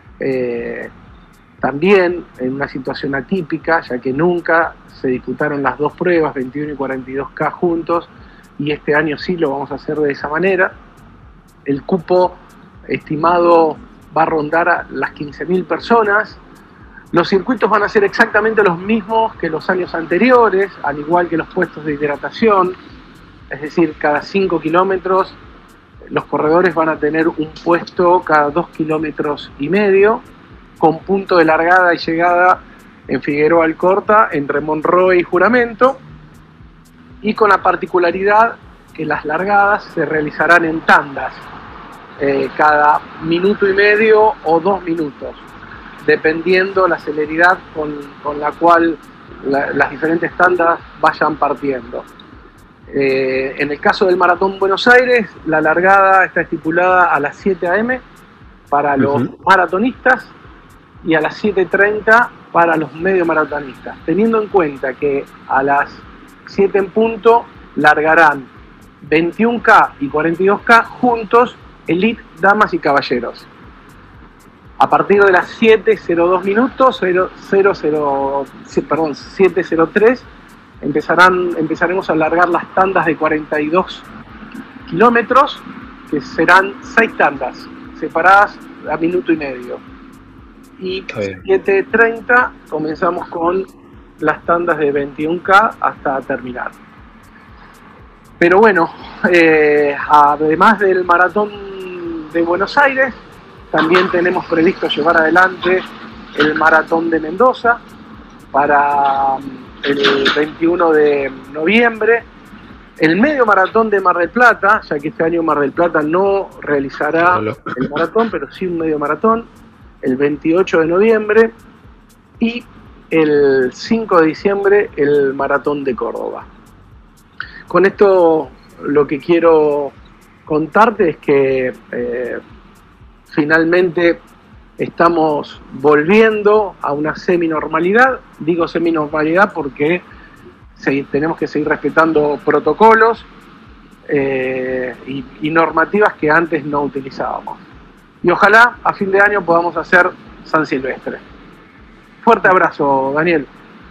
eh, también en una situación atípica, ya que nunca se disputaron las dos pruebas, veintiuno y cuarenta y dos K juntos, y este año sí lo vamos a hacer de esa manera. El cupo estimado va a rondar a las quince mil personas. Los circuitos van a ser exactamente los mismos que los años anteriores, al igual que los puestos de hidratación, es decir, cada cinco kilómetros los corredores van a tener un puesto cada dos kilómetros y medio, con punto de largada y llegada en Figueroa Alcorta, entre Monroe y Juramento, y con la particularidad que las largadas se realizarán en tandas, eh, cada minuto y medio o dos minutos, dependiendo la celeridad con, con la cual la, las diferentes tandas vayan partiendo. Eh, en el caso del Maratón Buenos Aires, la largada está estipulada a las siete a eme para los uh-huh. maratonistas y a las siete treinta para los medio maratonistas, teniendo en cuenta que a las siete en punto largarán veintiuno K y cuarenta y dos K juntos, elite, damas y caballeros. A partir de las siete cero dos minutos, cero, cero, cero, perdón, siete cero tres, empezarán, empezaremos a largar las tandas de cuarenta y dos kilómetros, que serán seis tandas, separadas a minuto y medio. Y siete treinta comenzamos con las tandas de veintiuno K hasta terminar. Pero bueno, eh, además del Maratón de Buenos Aires, también tenemos previsto llevar adelante el Maratón de Mendoza para el veintiuno de noviembre, el Medio Maratón de Mar del Plata, ya que este año Mar del Plata no realizará el maratón, pero sí un medio maratón, el veintiocho de noviembre, y el cinco de diciembre el Maratón de Córdoba. Con esto lo que quiero contarte es que eh, finalmente estamos volviendo a una seminormalidad. Digo seminormalidad porque se, tenemos que seguir respetando protocolos eh, y, y normativas que antes no utilizábamos. Y ojalá a fin de año podamos hacer San Silvestre. Fuerte abrazo, Daniel.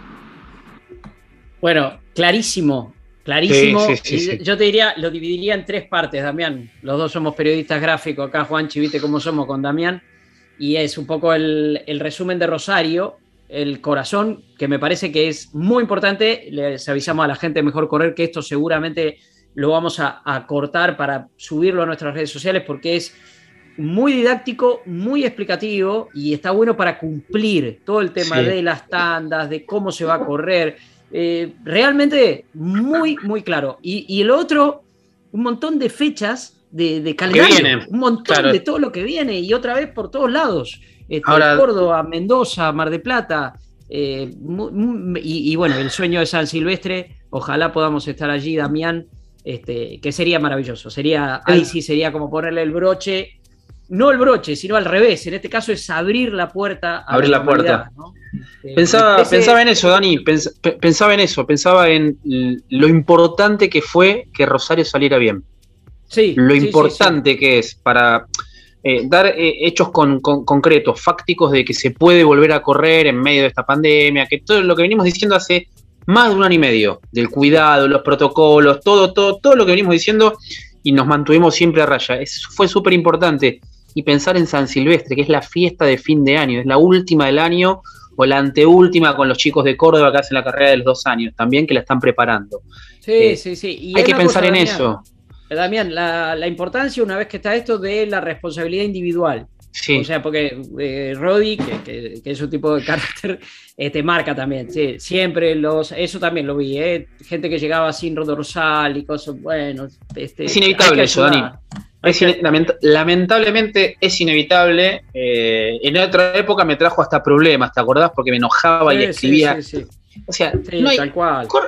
Bueno, clarísimo, clarísimo. Sí, sí, sí, sí. Yo te diría, lo dividiría en tres partes, Damián. Los dos somos periodistas gráficos, acá Juanchi, viste cómo somos con Damián. Y es un poco el, el resumen de Rosario, el corazón, que me parece que es muy importante. Les avisamos a la gente de Mejor Correr que esto seguramente lo vamos a, a cortar para subirlo a nuestras redes sociales, porque es muy didáctico, muy explicativo y está bueno para cumplir todo el tema sí. de las tandas, de cómo se va a correr. Eh, realmente muy, muy claro. Y, y el otro, un montón de fechas de, de calendario, un montón claro. de todo lo que viene y otra vez por todos lados. Este, Ahora, Córdoba, Mendoza, Mar del Plata. Eh, muy, muy, y, y bueno, el sueño de San Silvestre, ojalá podamos estar allí, Damián, este, que sería maravilloso. Sería, ahí sí sería como ponerle el broche. No el broche, sino al revés. En este caso es abrir la puerta. A abrir la, la puerta. ¿No? Eh, pensaba, ese... pensaba en eso, Dani. Pens, pensaba en eso. Pensaba en lo importante que fue que Rosario saliera bien. Sí. Lo sí, importante sí, sí. que es para eh, dar eh, hechos con, con, concretos, fácticos de que se puede volver a correr en medio de esta pandemia. Que todo lo que venimos diciendo hace más de un año y medio. Del cuidado, los protocolos, todo, todo, todo lo que venimos diciendo y nos mantuvimos siempre a raya. Eso fue súper importante. Y pensar en San Silvestre, que es la fiesta de fin de año, es la última del año o la anteúltima con los chicos de Córdoba que hacen la carrera de los dos años, también que la están preparando. Sí, eh, sí, sí. Y hay que pensar cosa, en Damián, eso. Damián, la, la importancia una vez que está esto de la responsabilidad individual. Sí. O sea, porque eh, Rodi, que, que, que es un tipo de carácter, eh, te marca también. Sí, siempre los, eso también lo vi, eh, gente que llegaba sin dorsal y cosas, bueno. Este, es inevitable eso, Dani. Es in, lament, lamentablemente es inevitable. Eh, en otra época me trajo hasta problemas, ¿te acordás? Porque me enojaba sí, y escribía. Sí, sí, sí. O sea, sí, no hay, tal cual. Cor,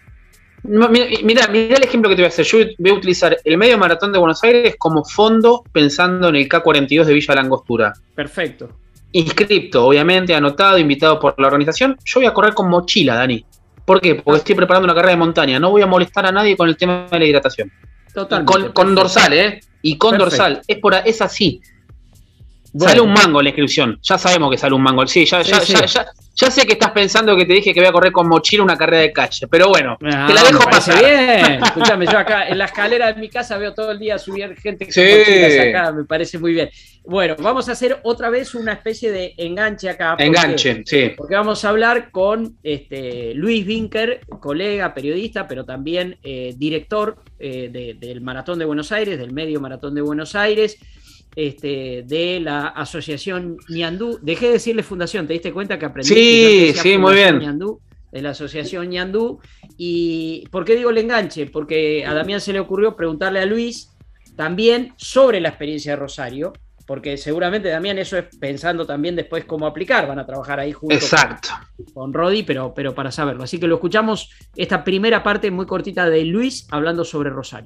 no, mira, mira, mira el ejemplo que te voy a hacer. Yo voy a utilizar el medio maratón de Buenos Aires como fondo pensando en el K cuarenta y dos de Villa La Angostura. Perfecto. Inscripto, obviamente, anotado, invitado por la organización. Yo voy a correr con mochila, Dani. ¿Por qué? Porque ah. estoy preparando una carrera de montaña. No voy a molestar a nadie con el tema de la hidratación. Totalmente. Con, con dorsal, ¿eh? Y con Perfecto. dorsal. Es, por, es así. Bueno. Sale un mango en la inscripción, ya sabemos que sale un mango. Sí, ya, ya, sí, ya, sí. ya, ya sé que estás pensando que te dije que voy a correr con mochila una carrera de calle, pero bueno, no, te la dejo pasar. Bien, escúchame, yo acá en la escalera de mi casa veo todo el día subir gente con sí. mochilas acá, me parece muy bien. Bueno, vamos a hacer otra vez una especie de enganche acá. Porque, enganche, sí. Porque vamos a hablar con este, Luis Vinker, colega, periodista, pero también eh, director eh, de, del Maratón de Buenos Aires, del Medio Maratón de Buenos Aires. Este, de la Asociación Ñandú. Dejé de decirle fundación, ¿te diste cuenta que aprendí? Sí, sí, muy bien. Ñandú, de la Asociación Ñandú. ¿Y por qué digo el enganche? Porque a Damián se le ocurrió preguntarle a Luis también sobre la experiencia de Rosario, porque seguramente, Damián, eso es pensando también después cómo aplicar, van a trabajar ahí juntos. Exacto. Con, con Rodi, pero, pero para saberlo. Así que lo escuchamos, esta primera parte muy cortita de Luis hablando sobre Rosario.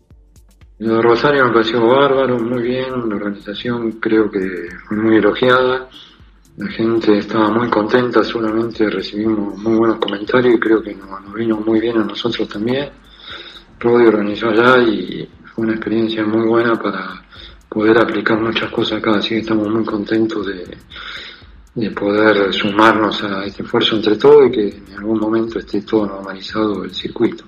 Lo de Rosario me pareció bárbaro, muy bien, la organización creo que fue muy elogiada, la gente estaba muy contenta, seguramente recibimos muy buenos comentarios y creo que nos, nos vino muy bien a nosotros también. Rodi organizó allá y fue una experiencia muy buena para poder aplicar muchas cosas acá, así que estamos muy contentos de, de poder sumarnos a este esfuerzo entre todos y que en algún momento esté todo normalizado el circuito.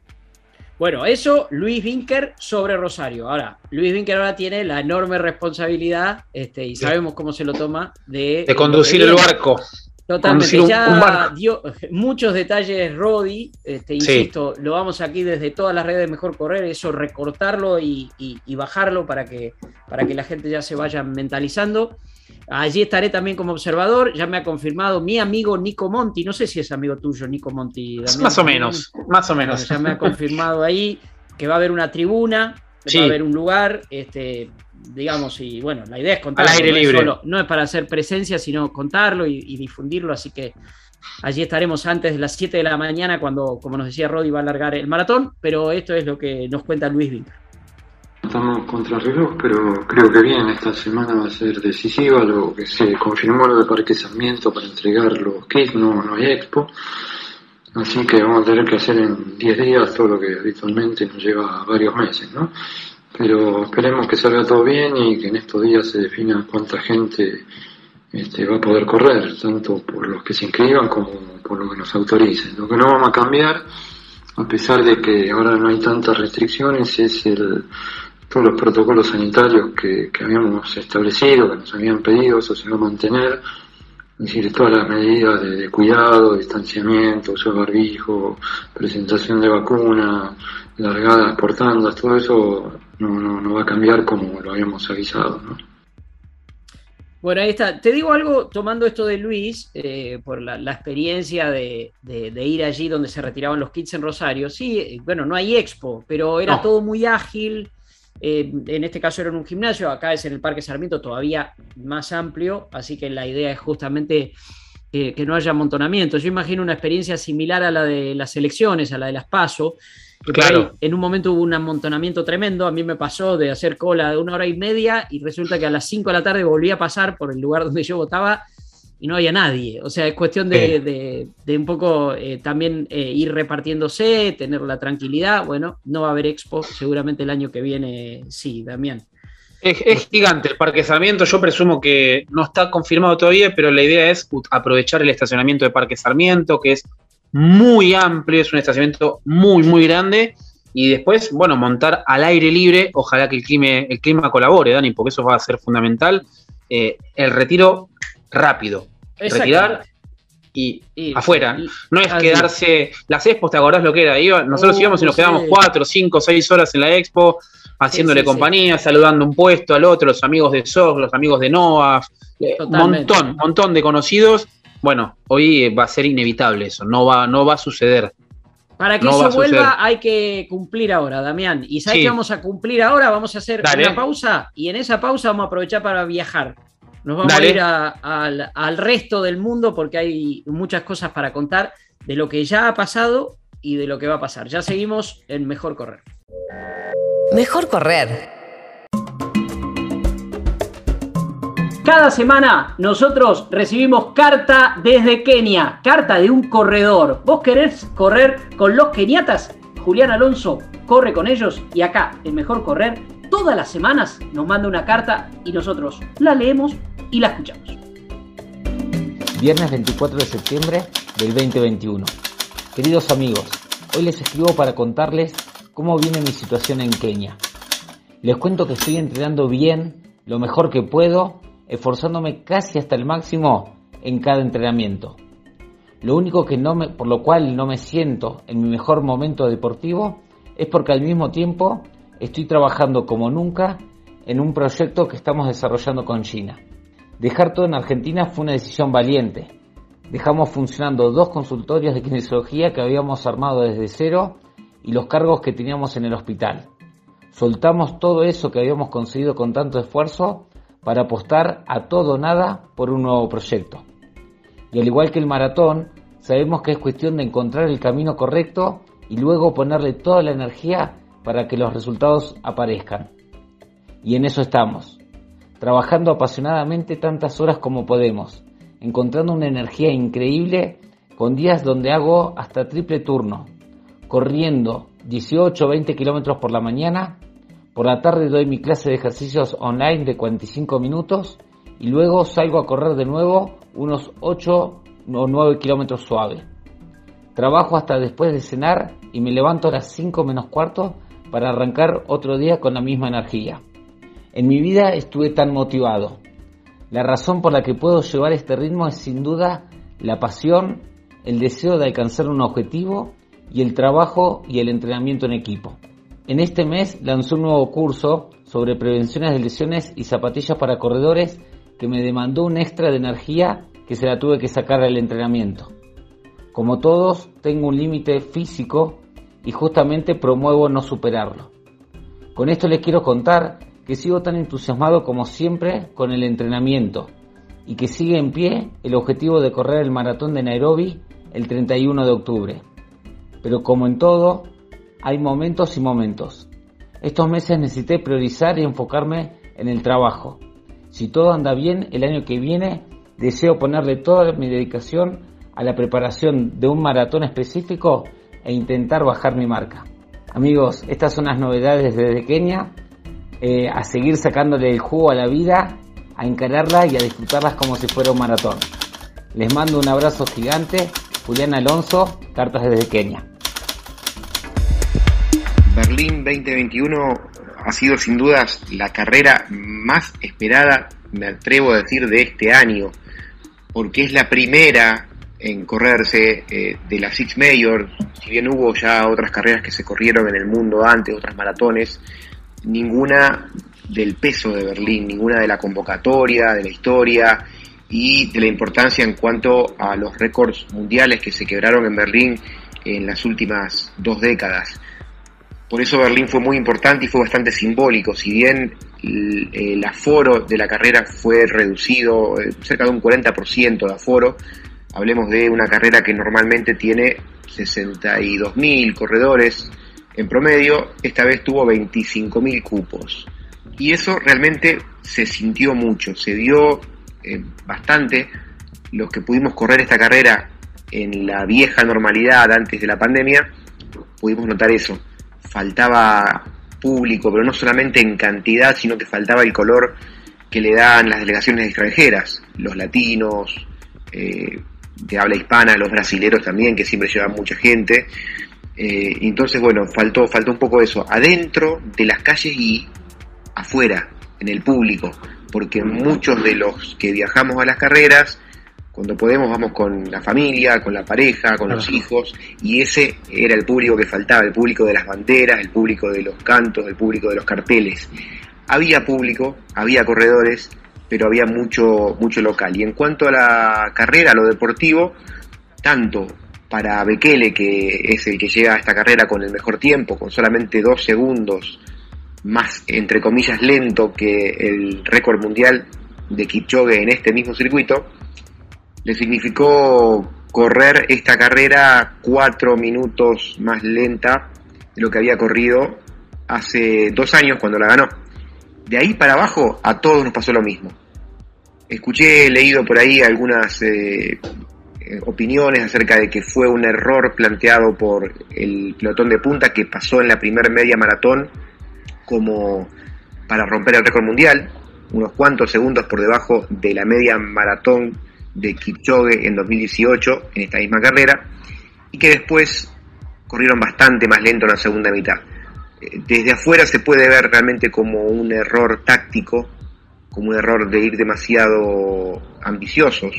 Bueno, eso Luis Vinker sobre Rosario. Ahora, Luis Vinker ahora tiene la enorme responsabilidad, este, y sabemos cómo se lo toma, de... De conducir el barco. Totalmente, un, ya un barco. Dio muchos detalles Rodi, este, insisto, sí. Lo vamos aquí desde todas las redes de Mejor Correr, eso recortarlo y, y, y bajarlo para que, para que la gente ya se vaya mentalizando. Allí estaré también como observador, ya me ha confirmado mi amigo Nico Monti, no sé si es amigo tuyo, Nico Monti. Damián, más o menos, más o menos. Ya me ha confirmado ahí que va a haber una tribuna, que sí. Va a haber un lugar, este, digamos, y bueno, la idea es contarlo. Al aire no libre. Es solo, no es para hacer presencia, sino contarlo y, y difundirlo, así que allí estaremos antes de las siete de la mañana cuando, como nos decía Rodi, va a largar el maratón, pero esto es lo que nos cuenta Luis Vinker. Estamos contra reloj, pero creo que bien, esta semana va a ser decisiva, lo que se confirmó lo de Parque Sarmiento para entregar los kits, no, no hay expo, así que vamos a tener que hacer en diez días todo lo que habitualmente nos lleva varios meses, ¿no? Pero esperemos que salga todo bien y que en estos días se defina cuánta gente este, va a poder correr, tanto por los que se inscriban como por lo que nos autoricen. Lo que no vamos a cambiar, a pesar de que ahora no hay tantas restricciones, es el... todos los protocolos sanitarios que, que habíamos establecido, que nos habían pedido, eso se va a mantener, es decir, todas las medidas de, de cuidado, distanciamiento, uso de barbijo, presentación de vacuna, largadas por tandas, todo eso no, no, no va a cambiar como lo habíamos avisado, ¿no? Bueno, ahí está. Te digo algo, tomando esto de Luis, eh, por la, la experiencia de, de, de ir allí donde se retiraban los kits en Rosario. Sí, bueno, no hay expo, pero era no. todo muy ágil. Eh, en este caso era en un gimnasio, acá es en el Parque Sarmiento, todavía más amplio, así que la idea es justamente que, que no haya amontonamiento. Yo imagino una experiencia similar a la de las elecciones, a la de las PASO, que claro. En un momento hubo un amontonamiento tremendo. A mí me pasó de hacer cola de una hora y media y resulta que a las cinco de la tarde volví a pasar por el lugar donde yo votaba y no había nadie. O sea, es cuestión de, eh. de, de un poco eh, también eh, ir repartiéndose, tener la tranquilidad. Bueno, no va a haber expo, seguramente el año que viene sí, Damián. Es, es gigante el Parque Sarmiento, yo presumo que no está confirmado todavía, pero la idea es aprovechar el estacionamiento de Parque Sarmiento, que es muy amplio, es un estacionamiento muy, muy grande, y después, bueno, montar al aire libre, ojalá que el clima, el clima colabore, Dani, porque eso va a ser fundamental, eh, el retiro rápido, retirar y, y afuera, y, no es quedarse, las expos, ¿te acordás lo que era? Iba, nosotros oh, íbamos y nos sí. quedamos cuatro, cinco, seis horas en la expo, haciéndole sí, sí, compañía, sí. saludando un puesto al otro, los amigos de S O G, los amigos de NOAF, un montón, montón de conocidos. Bueno, hoy va a ser inevitable eso, no va, no va a suceder. Para que no eso vuelva hay que cumplir ahora, Damián. ¿Y sabes sí. qué vamos a cumplir ahora? Vamos a hacer Dale. una pausa y en esa pausa vamos a aprovechar para viajar. Nos vamos Dale. a ir a, a, al, al resto del mundo porque hay muchas cosas para contar de lo que ya ha pasado y de lo que va a pasar. Ya seguimos en Mejor Correr. Mejor Correr. Cada semana nosotros recibimos carta desde Kenia, carta de un corredor. ¿Vos querés correr con los keniatas? Julián Alonso corre con ellos y acá, en Mejor Correr, todas las semanas nos manda una carta y nosotros la leemos y la escuchamos. Viernes veinticuatro de septiembre del veinte veintiuno. Queridos amigos, hoy les escribo para contarles cómo viene mi situación en Kenia. Les cuento que estoy entrenando bien, lo mejor que puedo, esforzándome casi hasta el máximo en cada entrenamiento. Lo único que no me, por lo cual no me siento en mi mejor momento deportivo es porque al mismo tiempo estoy trabajando como nunca en un proyecto que estamos desarrollando con China. Dejar todo en Argentina fue una decisión valiente. Dejamos funcionando dos consultorios de kinesiología que habíamos armado desde cero y los cargos que teníamos en el hospital. Soltamos todo eso que habíamos conseguido con tanto esfuerzo para apostar a todo o nada por un nuevo proyecto. Y al igual que el maratón, sabemos que es cuestión de encontrar el camino correcto y luego ponerle toda la energía para que los resultados aparezcan. Y en eso estamos, trabajando apasionadamente tantas horas como podemos, encontrando una energía increíble con días donde hago hasta triple turno, corriendo dieciocho o veinte kilómetros por la mañana, por la tarde doy mi clase de ejercicios online de cuarenta y cinco minutos y luego salgo a correr de nuevo unos ocho o nueve kilómetros suave. Trabajo hasta después de cenar y me levanto a las cinco menos cuarto para arrancar otro día con la misma energía. En mi vida estuve tan motivado. La razón por la que puedo llevar este ritmo es sin duda la pasión, el deseo de alcanzar un objetivo y el trabajo y el entrenamiento en equipo. En este mes lancé un nuevo curso sobre prevenciones de lesiones y zapatillas para corredores que me demandó un extra de energía que se la tuve que sacar al entrenamiento. Como todos, tengo un límite físico y justamente promuevo no superarlo. Con esto les quiero contar que sigo tan entusiasmado como siempre con el entrenamiento y que sigue en pie el objetivo de correr el maratón de Nairobi el treinta y uno de octubre. Pero como en todo, hay momentos y momentos. Estos meses necesité priorizar y enfocarme en el trabajo. Si todo anda bien, el año que viene deseo ponerle toda mi dedicación a la preparación de un maratón específico e intentar bajar mi marca. Amigos, estas son las novedades desde Kenia. Eh, a seguir sacándole el jugo a la vida, a encararla y a disfrutarlas como si fuera un maratón. Les mando un abrazo gigante. Julián Alonso, cartas desde Kenia. Berlín veinte veintiuno ha sido sin dudas la carrera más esperada, me atrevo a decir, de este año, porque es la primera en correrse eh, de la Six Major. Si bien hubo ya otras carreras que se corrieron en el mundo antes, otras maratones, ninguna del peso de Berlín, ninguna de la convocatoria, de la historia y de la importancia en cuanto a los récords mundiales que se quebraron en Berlín en las últimas dos décadas. Por eso Berlín fue muy importante y fue bastante simbólico. Si bien el, el aforo de la carrera fue reducido, cerca de un cuarenta por ciento de aforo, hablemos de una carrera que normalmente tiene sesenta y dos mil corredores en promedio, esta vez tuvo veinticinco mil cupos. Y eso realmente se sintió mucho, se vio eh, bastante. Los que pudimos correr esta carrera en la vieja normalidad antes de la pandemia, pudimos notar eso. Faltaba público, pero no solamente en cantidad, sino que faltaba el color que le dan las delegaciones extranjeras, los latinos, eh, de habla hispana, los brasileros también, que siempre llevan mucha gente. Eh, entonces, bueno, faltó, faltó un poco eso, adentro de las calles y afuera, en el público, porque muchos de los que viajamos a las carreras, cuando podemos vamos con la familia, con la pareja, con los hijos, y ese era el público que faltaba, el público de las banderas, el público de los cantos, el público de los carteles. Había público, había corredores, pero había mucho, mucho local. Y en cuanto a la carrera, a lo deportivo, tanto para Bekele, que es el que llega a esta carrera con el mejor tiempo, con solamente dos segundos más, entre comillas, lento que el récord mundial de Kipchoge en este mismo circuito, le significó correr esta carrera cuatro minutos más lenta de lo que había corrido hace dos años cuando la ganó. De ahí para abajo a todos nos pasó lo mismo. Escuché, he leído por ahí algunas eh, opiniones acerca de que fue un error planteado por el pelotón de punta que pasó en la primer media maratón como para romper el récord mundial, unos cuantos segundos por debajo de la media maratón de Kipchoge en dos mil dieciocho, en esta misma carrera, y que después corrieron bastante más lento en la segunda mitad. Desde afuera se puede ver realmente como un error táctico, como un error de ir demasiado ambiciosos,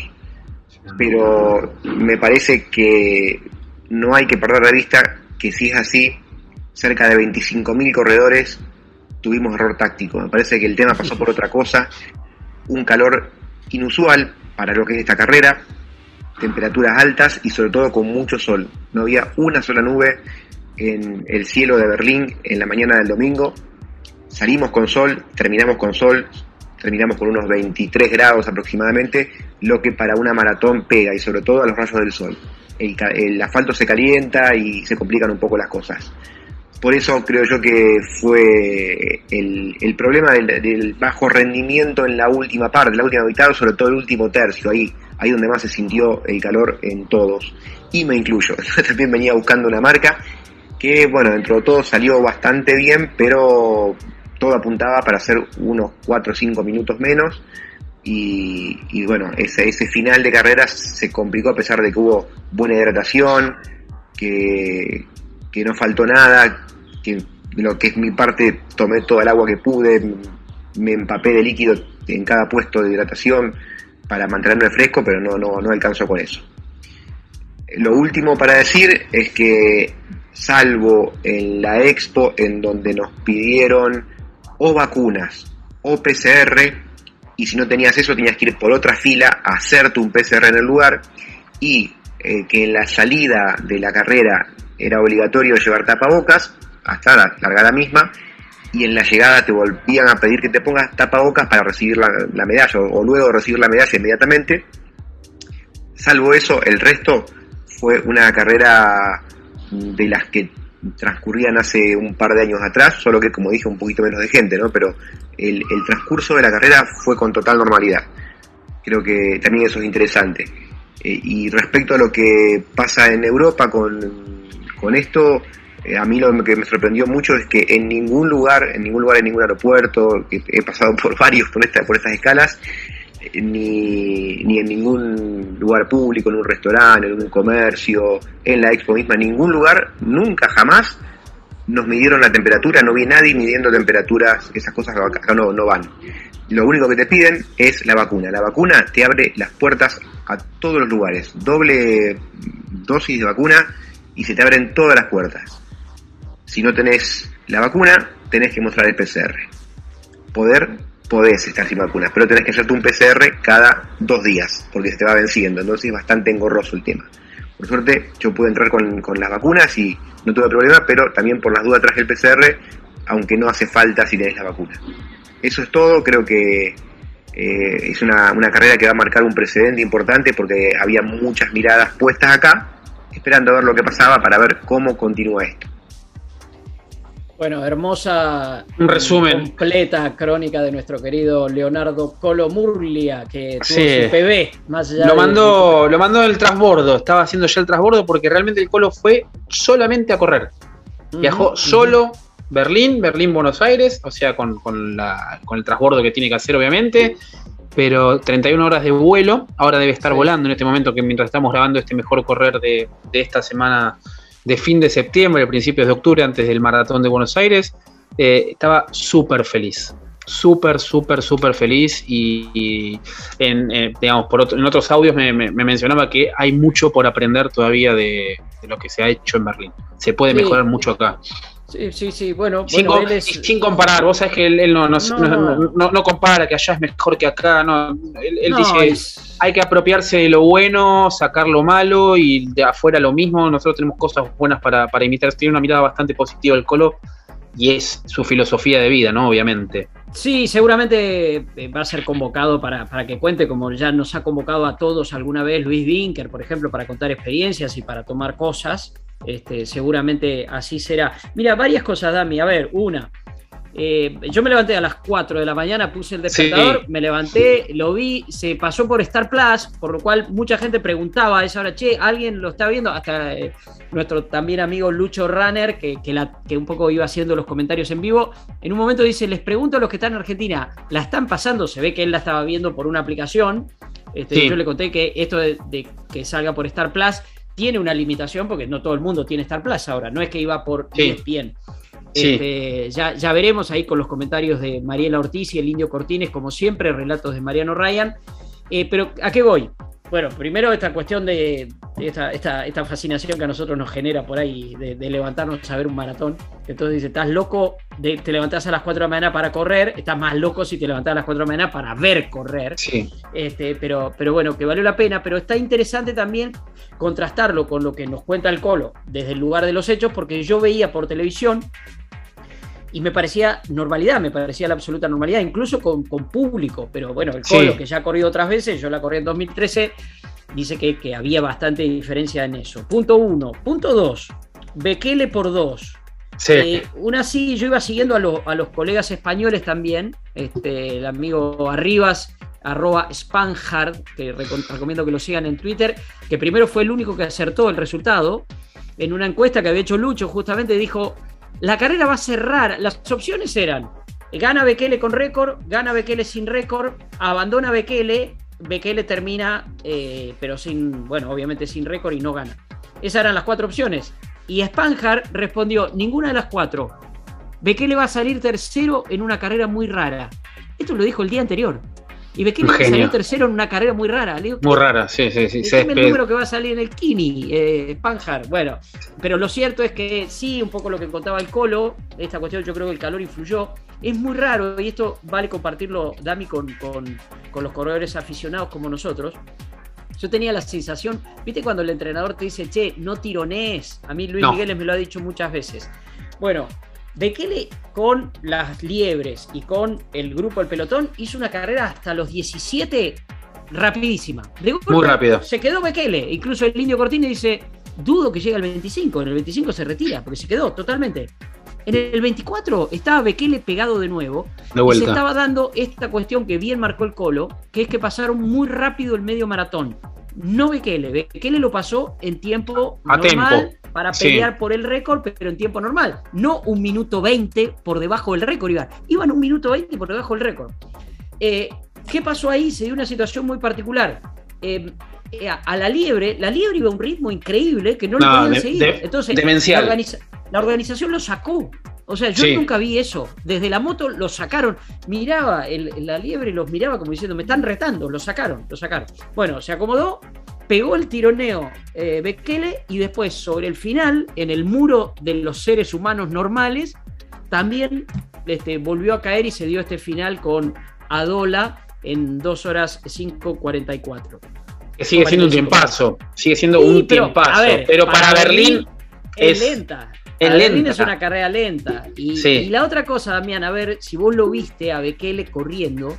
pero me parece que no hay que perder de vista que si es así, cerca de veinticinco mil corredores tuvimos error táctico. Me parece que el tema pasó por otra cosa, un calor inusual para lo que es esta carrera, temperaturas altas y sobre todo con mucho sol. No había una sola nube en el cielo de Berlín en la mañana del domingo. Salimos con sol, terminamos con sol, terminamos con unos veintitrés grados aproximadamente, lo que para una maratón pega, y sobre todo a los rayos del sol. El, el asfalto se calienta y se complican un poco las cosas. Por eso creo yo que fue el, el problema del, del bajo rendimiento en la última parte, la última mitad, sobre todo el último tercio, ahí, ahí donde más se sintió el calor en todos. Y me incluyo, yo también venía buscando una marca que, bueno, dentro de todo salió bastante bien, pero todo apuntaba para hacer unos cuatro o cinco minutos menos. Y, y bueno, ese, ese final de carrera se complicó a pesar de que hubo buena hidratación, que, que no faltó nada, que lo que es mi parte tomé toda el agua que pude, me empapé de líquido en cada puesto de hidratación para mantenerme fresco, pero no, no, no alcanzó con eso. Lo último para decir es que, salvo en la expo en donde nos pidieron o vacunas o P C R, y si no tenías eso tenías que ir por otra fila a hacerte un P C R en el lugar, y eh, que en la salida de la carrera era obligatorio llevar tapabocas hasta la largada misma, y en la llegada te volvían a pedir que te pongas tapabocas para recibir la, la medalla, o, o luego de recibir la medalla inmediatamente. Salvo eso, el resto fue una carrera de las que transcurrían hace un par de años atrás, solo que, como dije, un poquito menos de gente, ¿no? Pero el, el transcurso de la carrera fue con total normalidad. Creo que también eso es interesante. Eh, y respecto a lo que pasa en Europa con, con esto, eh, a mí lo que me sorprendió mucho es que en ningún lugar, en ningún lugar, en ningún aeropuerto, que he pasado por varios por, esta, por estas escalas, Ni, ni en ningún lugar público, en un restaurante, en un comercio, en la expo misma, en ningún lugar, nunca jamás nos midieron la temperatura. No vi nadie midiendo temperaturas, esas cosas acá no, no van. Lo único que te piden es la vacuna. La vacuna te abre las puertas a todos los lugares, doble dosis de vacuna y se te abren todas las puertas. Si no tenés la vacuna, tenés que mostrar el P C R. Poder podés estar sin vacunas, pero tenés que hacerte un P C R cada dos días, porque se te va venciendo, entonces es bastante engorroso el tema. Por suerte, yo pude entrar con, con las vacunas y no tuve problema, pero también por las dudas traje el P C R, aunque no hace falta si tenés la vacuna. Eso es todo. Creo que eh, es una, una carrera que va a marcar un precedente importante, porque había muchas miradas puestas acá, esperando a ver lo que pasaba para ver cómo continúa esto. Bueno, hermosa, un resumen, completa crónica de nuestro querido Leonardo Colomurlia, que tuvo sí. su P B, más allá lo de... mandó, lo mandó del transbordo, estaba haciendo ya el transbordo, porque realmente el Colo fue solamente a correr. Uh-huh, Viajó uh-huh. solo Berlín, Berlín-Buenos Aires, o sea, con, con, la, con el transbordo que tiene que hacer, obviamente, pero treinta y una horas de vuelo. Ahora debe estar sí. volando en este momento, que mientras estamos grabando este mejor correr de, de esta semana de fin de septiembre, principios de octubre, antes del maratón de Buenos Aires. Eh, estaba súper feliz, súper, súper, súper feliz, y, y en, eh, digamos, por otro, en otros audios me, me, me mencionaba que hay mucho por aprender todavía de, de lo que se ha hecho en Berlín. Se puede sí. mejorar mucho acá. Sí, sí, sí, bueno, sin, bueno com- él es... sin comparar, vos sabés que él, él no, no, No, no, no. no, no compara que allá es mejor que acá, no, él, él No, dice es- hay que apropiarse de lo bueno, sacar lo malo, y de afuera lo mismo. Nosotros tenemos cosas buenas para, para imitar. Tiene una mirada bastante positiva el Colo, y es su filosofía de vida, ¿no? Obviamente. Sí, seguramente va a ser convocado para, para que cuente, como ya nos ha convocado a todos alguna vez Luis Vinker, por ejemplo, para contar experiencias y para tomar cosas. Este, seguramente así será. Mira, varias cosas, Dami. A ver, una, Eh, yo me levanté a las cuatro de la mañana, puse el despertador, sí. me levanté, lo vi, se pasó por Star Plus, por lo cual mucha gente preguntaba a esa hora, che, ¿alguien lo está viendo? Hasta eh, nuestro también amigo Lucho Runner, que, que, la, que un poco iba haciendo los comentarios en vivo, en un momento dice, les pregunto a los que están en Argentina, ¿la están pasando? Se ve que él la estaba viendo por una aplicación. Este, sí. Yo le conté que esto de, de que salga por Star Plus tiene una limitación, porque no todo el mundo tiene Star Plus ahora, no es que iba por sí. E S P N. Sí. Este, ya, ya veremos ahí con los comentarios de Mariela Ortiz y el Indio Cortines, como siempre, relatos de Mariano Ryan. Eh, pero ¿a qué voy? Bueno, primero esta cuestión de, de esta, esta, esta fascinación que a nosotros nos genera por ahí de, de levantarnos a ver un maratón. Entonces dice, estás loco, de, te levantás a las cuatro de la mañana para correr, estás más loco si te levantás a las cuatro de la mañana para ver correr. Sí. Este, pero, pero bueno, que valió la pena, pero está interesante también contrastarlo con lo que nos cuenta el Colo desde el lugar de los hechos, porque yo veía por televisión y me parecía normalidad, me parecía la absoluta normalidad, incluso con, con público, pero bueno, el Colo, sí. que ya ha corrido otras veces, yo la corrí en dos mil trece, dice que, que había bastante diferencia en eso. Punto uno. Punto dos, Bekele por dos. Sí. Eh, una sí, yo iba siguiendo a, lo, a los colegas españoles también, este, el amigo Arribas, arroba Spanhard, que recom- recomiendo que lo sigan en Twitter, que primero fue el único que acertó el resultado, en una encuesta que había hecho Lucho, justamente dijo, la carrera va a ser rara. Las opciones eran, gana Bekele con récord, gana Bekele sin récord, abandona Bekele, Bekele termina, eh, pero sin, bueno, obviamente sin récord y no gana. Esas eran las cuatro opciones. Y Spanhard respondió, ninguna de las cuatro. Bekele va a salir tercero en una carrera muy rara. Esto lo dijo el día anterior. Y Bekele salió tercero en una carrera muy rara. Le digo, muy rara, sí, sí, sí. Decime el número que va a salir en el Kini, eh, Spanhard. Bueno, pero lo cierto es que sí, un poco lo que contaba el Colo, esta cuestión yo creo que el calor influyó. Es muy raro, y esto vale compartirlo, Dami, con, con, con los corredores aficionados como nosotros. Yo tenía la sensación, ¿viste cuando el entrenador te dice, che, no tironees? A mí Luis no. Migueles me lo ha dicho muchas veces. Bueno, Bekele con las liebres y con el grupo del pelotón hizo una carrera hasta los diecisiete rapidísima. De golpe, muy rápido. Se quedó Bekele. Incluso el Indio Cortines dice, dudo que llegue al veinticinco. En el veinticinco se retira, porque se quedó totalmente. En el veinticuatro estaba Bekele pegado de nuevo. De vuelta. Y se estaba dando esta cuestión que bien marcó el Colo, que es que pasaron muy rápido el medio maratón. No Bekele. Bekele lo pasó en tiempo a normal. Tiempo. Para pelear sí. por el récord, pero en tiempo normal. No un minuto veinte por debajo del récord, iban. Iban un minuto veinte por debajo del récord. Eh, ¿Qué pasó ahí? Se dio una situación muy particular. Eh, a la liebre, la liebre iba a un ritmo increíble que no, no lo podían de, seguir. De, Entonces, la, organiza, la organización lo sacó. O sea, yo sí. nunca vi eso. Desde la moto lo sacaron. Miraba el, la liebre y los miraba como diciendo, me están retando. Lo sacaron, lo sacaron. Bueno, se acomodó. Pegó el tironeo eh, Bekele y después sobre el final, en el muro de los seres humanos normales, también este, volvió a caer y se dio este final con Adola en dos horas cinco cuarenta y cuatro. Que sigue siendo un tiempazo, sigue siendo sí, un pero, tiempazo, ver, pero para, para Berlín, Berlín es, es lenta. Es Berlín lenta. Es una carrera lenta. Y, sí. y la otra cosa, Damián, a ver, si vos lo viste a Bekele corriendo,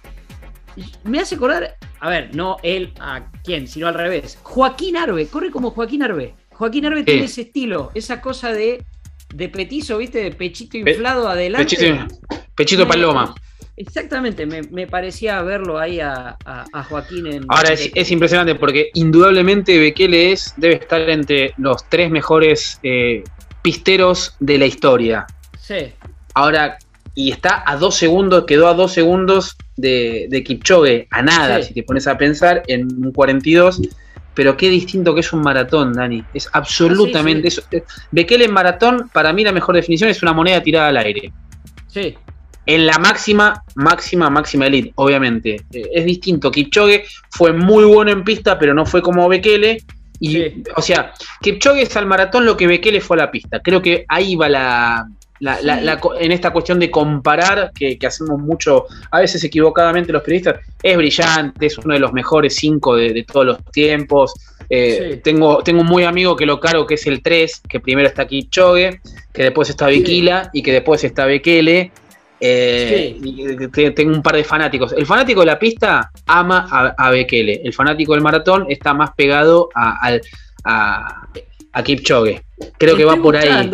me hace acordar, a ver, no él a quién, sino al revés. Joaquín Arbe, corre como Joaquín Arbe. Joaquín Arbe sí. tiene ese estilo, esa cosa de, de petizo, ¿viste? De pechito inflado Pe- adelante. Pechito, pechito paloma. Exactamente, me, me parecía verlo ahí a, a, a Joaquín en... Ahora es, es impresionante porque indudablemente Bekele es, debe estar entre los tres mejores eh, pisteros de la historia. Sí. Ahora, y está a dos segundos, quedó a dos segundos de, de Kipchoge, a nada, sí. si te pones a pensar, en un cuarenta y dos, pero qué distinto que es un maratón, Dani, es absolutamente... Sí, sí. Eso, Bekele en maratón, para mí la mejor definición es una moneda tirada al aire. Sí. En la máxima, máxima, máxima elite, obviamente. Eh, es distinto, Kipchoge fue muy bueno en pista, pero no fue como Bekele. Y, sí. O sea, Kipchoge es al maratón lo que Bekele fue a la pista. Creo que ahí va la... La, sí. la, la, en esta cuestión de comparar, que, que hacemos mucho, a veces equivocadamente los periodistas, es brillante, es uno de los mejores cinco de, de todos los tiempos. Eh, sí. tengo, tengo un muy amigo que lo caro que es el tres, que primero está Kipchoge, que después está Bikila sí. y que después está Bekele. Eh, sí. y tengo un par de fanáticos. El fanático de la pista ama a, a Bekele. El fanático del maratón está más pegado a, a, a, a Kipchoge. Creo Estoy que va por buscando. ahí.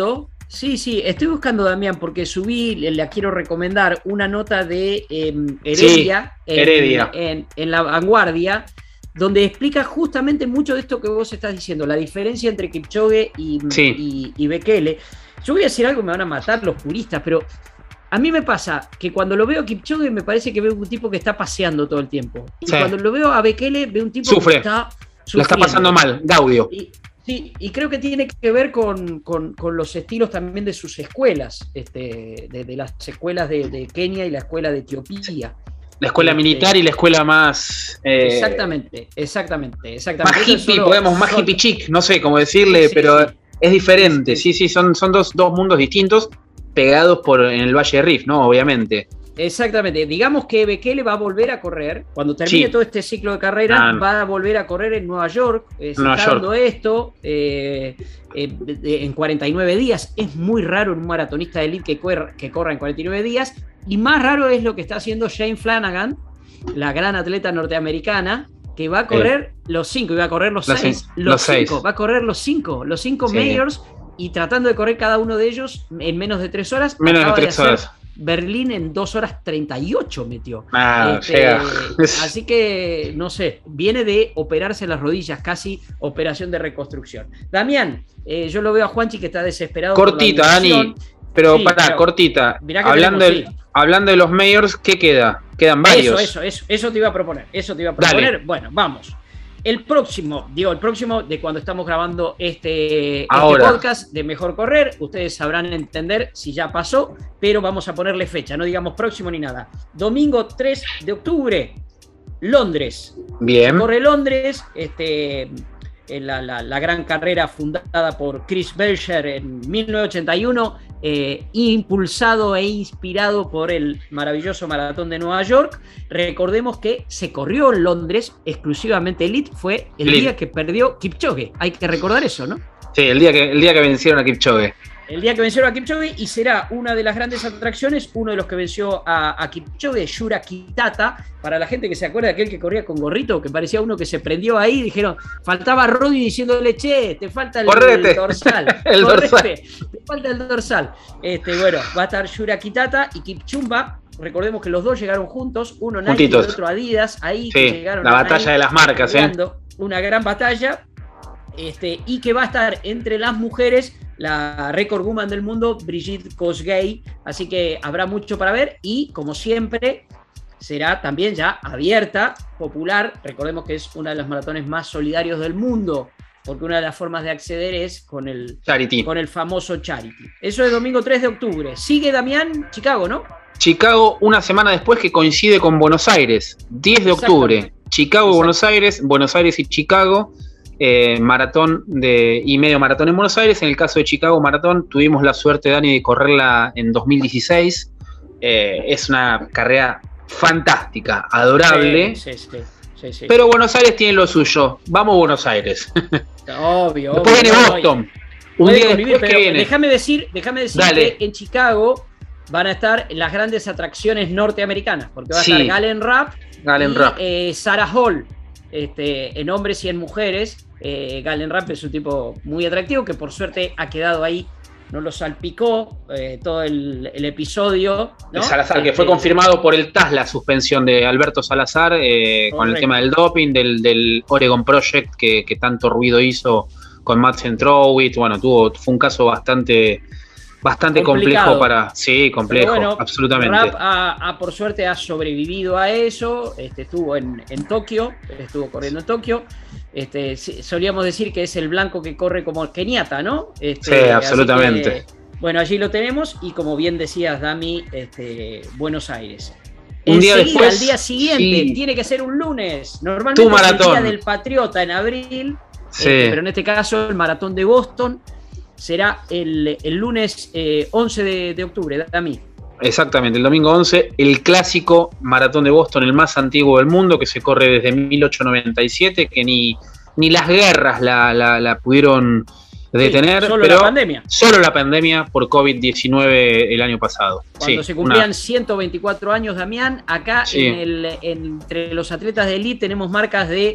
Sí, sí, estoy buscando, Damián, porque subí, le, le quiero recomendar una nota de eh, Heredia, sí, Heredia. En, en, en La Vanguardia, donde explica justamente mucho de esto que vos estás diciendo, la diferencia entre Kipchoge y, sí. y, y Bekele. Yo voy a decir algo, me van a matar los puristas, pero a mí me pasa que cuando lo veo a Kipchoge me parece que veo un tipo que está paseando todo el tiempo. Y sí. cuando lo veo a Bekele veo un tipo Sufre. que está sufriendo. La está pasando mal, Gaudio. Y, sí, y creo que tiene que ver con, con, con los estilos también de sus escuelas, este, de, de las escuelas de, de Kenia y la escuela de Etiopía. La escuela este, militar y la escuela más... Eh, exactamente, exactamente, exactamente. Más hippie, solo, podemos, más hippie chic, no sé cómo decirle, sí, pero sí. es diferente. Sí, sí, sí son, son dos, dos mundos distintos pegados por, en el Valle de Rift, ¿no? Obviamente. Exactamente. Digamos que Bekele va a volver a correr. Cuando termine sí. todo este ciclo de carrera, ah, va a volver a correr en Nueva York. Eh, se Nueva está York. dando esto eh, eh, en cuarenta y nueve días. Es muy raro en un maratonista de elite que corra, que corra en cuarenta y nueve días. Y más raro es lo que está haciendo Jane Flanagan, la gran atleta norteamericana, que va a correr eh. los cinco, y va a correr los, los seis. Los, los cinco, seis. Va a correr los cinco, los cinco sí. majors, y tratando de correr cada uno de ellos en menos de tres horas. Menos de tres de horas. Berlín en dos horas treinta y ocho metió. Ah, este, así que, no sé, viene de operarse las rodillas, casi operación de reconstrucción. Damián, eh, yo lo veo a Juanchi que está desesperado. Cortita, Dani, pero sí, pará, pero, cortita. Hablando, tenemos, del, sí. hablando de los mayors, ¿qué queda? Quedan varios. Eso, eso, eso, eso te iba a proponer. Eso te iba a proponer. Dale. Bueno, vamos. El próximo, digo, el próximo de cuando estamos grabando este, este podcast de Mejor Correr, ustedes sabrán entender si ya pasó, pero vamos a ponerle fecha, no digamos próximo ni nada. Domingo tres de octubre, Londres. Bien. Se corre Londres, este, en la, la, la gran carrera fundada por Chris Belcher en mil novecientos ochenta y uno, eh, impulsado e inspirado por el maravilloso maratón de Nueva York. Recordemos que se corrió en Londres exclusivamente elite, fue el elite. día que perdió Kipchoge, hay que recordar eso, ¿no? Sí, el día que, el día que vencieron a Kipchoge. El día que vencieron a Kipchoge, y será una de las grandes atracciones, uno de los que venció a, a Kipchoge, Shura Kitata, para la gente que se acuerda de aquel que corría con gorrito, que parecía uno que se prendió ahí, dijeron, faltaba Roddy diciéndole, che, te falta el, el dorsal, el dorsal. te falta el dorsal. Este, bueno, va a estar Shura Kitata y Kipchumba. Recordemos que los dos llegaron juntos, uno Nike Juntitos. y el otro Adidas, ahí sí, llegaron la batalla ahí, de las marcas, ¿eh? Una gran batalla, este, y que va a estar entre las mujeres la récord woman del mundo, Brigitte Kosgei, así que habrá mucho para ver, y como siempre será también ya abierta, popular. Recordemos que es una de las maratones más solidarios del mundo, porque una de las formas de acceder es con el, Charity. con el famoso Charity. Eso es domingo tres de octubre. Sigue, Damián, Chicago, ¿no? Chicago una semana después, que coincide con Buenos Aires, diez de octubre. Chicago, Buenos Aires, Buenos Aires y Chicago. Eh, maratón de, y medio maratón en Buenos Aires. En el caso de Chicago Maratón tuvimos la suerte, Dani, de correrla en dos mil dieciséis. Eh, es una carrera fantástica, adorable. Sí, sí, sí, sí, sí. Pero Buenos Aires tiene lo suyo. Vamos a Buenos Aires. Obvio. Después obvio, viene Boston. Un día después que viene. Déjame decir, déjame decir Dale. que en Chicago van a estar las grandes atracciones norteamericanas, porque va a sí. estar Galen Rapp Galen y Rapp. Eh, Sarah Hall, este, en hombres y en mujeres. Eh, Galen Rapp es un tipo muy atractivo que por suerte ha quedado ahí, no lo salpicó eh, todo el, el episodio, ¿no? De Salazar, este, que fue confirmado por el T A S la suspensión de Alberto Salazar eh, con el tema del doping, del, del Oregon Project que, que tanto ruido hizo con Matt Centrowitz. Bueno, tuvo, fue un caso bastante... Bastante complicado. complejo para... Sí, complejo, bueno, absolutamente. Rapp ha, ha, por suerte ha sobrevivido a eso, este, estuvo en, en Tokio, estuvo corriendo en Tokio, este, solíamos decir que es el blanco que corre como keniata, ¿no? Este, sí, absolutamente. Que, bueno, allí lo tenemos, y como bien decías, Dami, este, Buenos Aires. Un Enseguida, día después, al día siguiente, sí. tiene que ser un lunes, normalmente tu es maratón. el día del Patriota en abril, sí. este, pero en este caso el maratón de Boston será el, el lunes eh, once de, de octubre, Dami. Exactamente, el domingo once, el clásico maratón de Boston, el más antiguo del mundo, que se corre desde mil ochocientos noventa y siete, que ni, ni las guerras la, la, la pudieron detener. Sí, solo pero la pandemia. Solo la pandemia por COVID diecinueve el año pasado. Cuando sí, se cumplían una... ciento veinticuatro años, Damián, acá sí. en el, entre los atletas de elite tenemos marcas de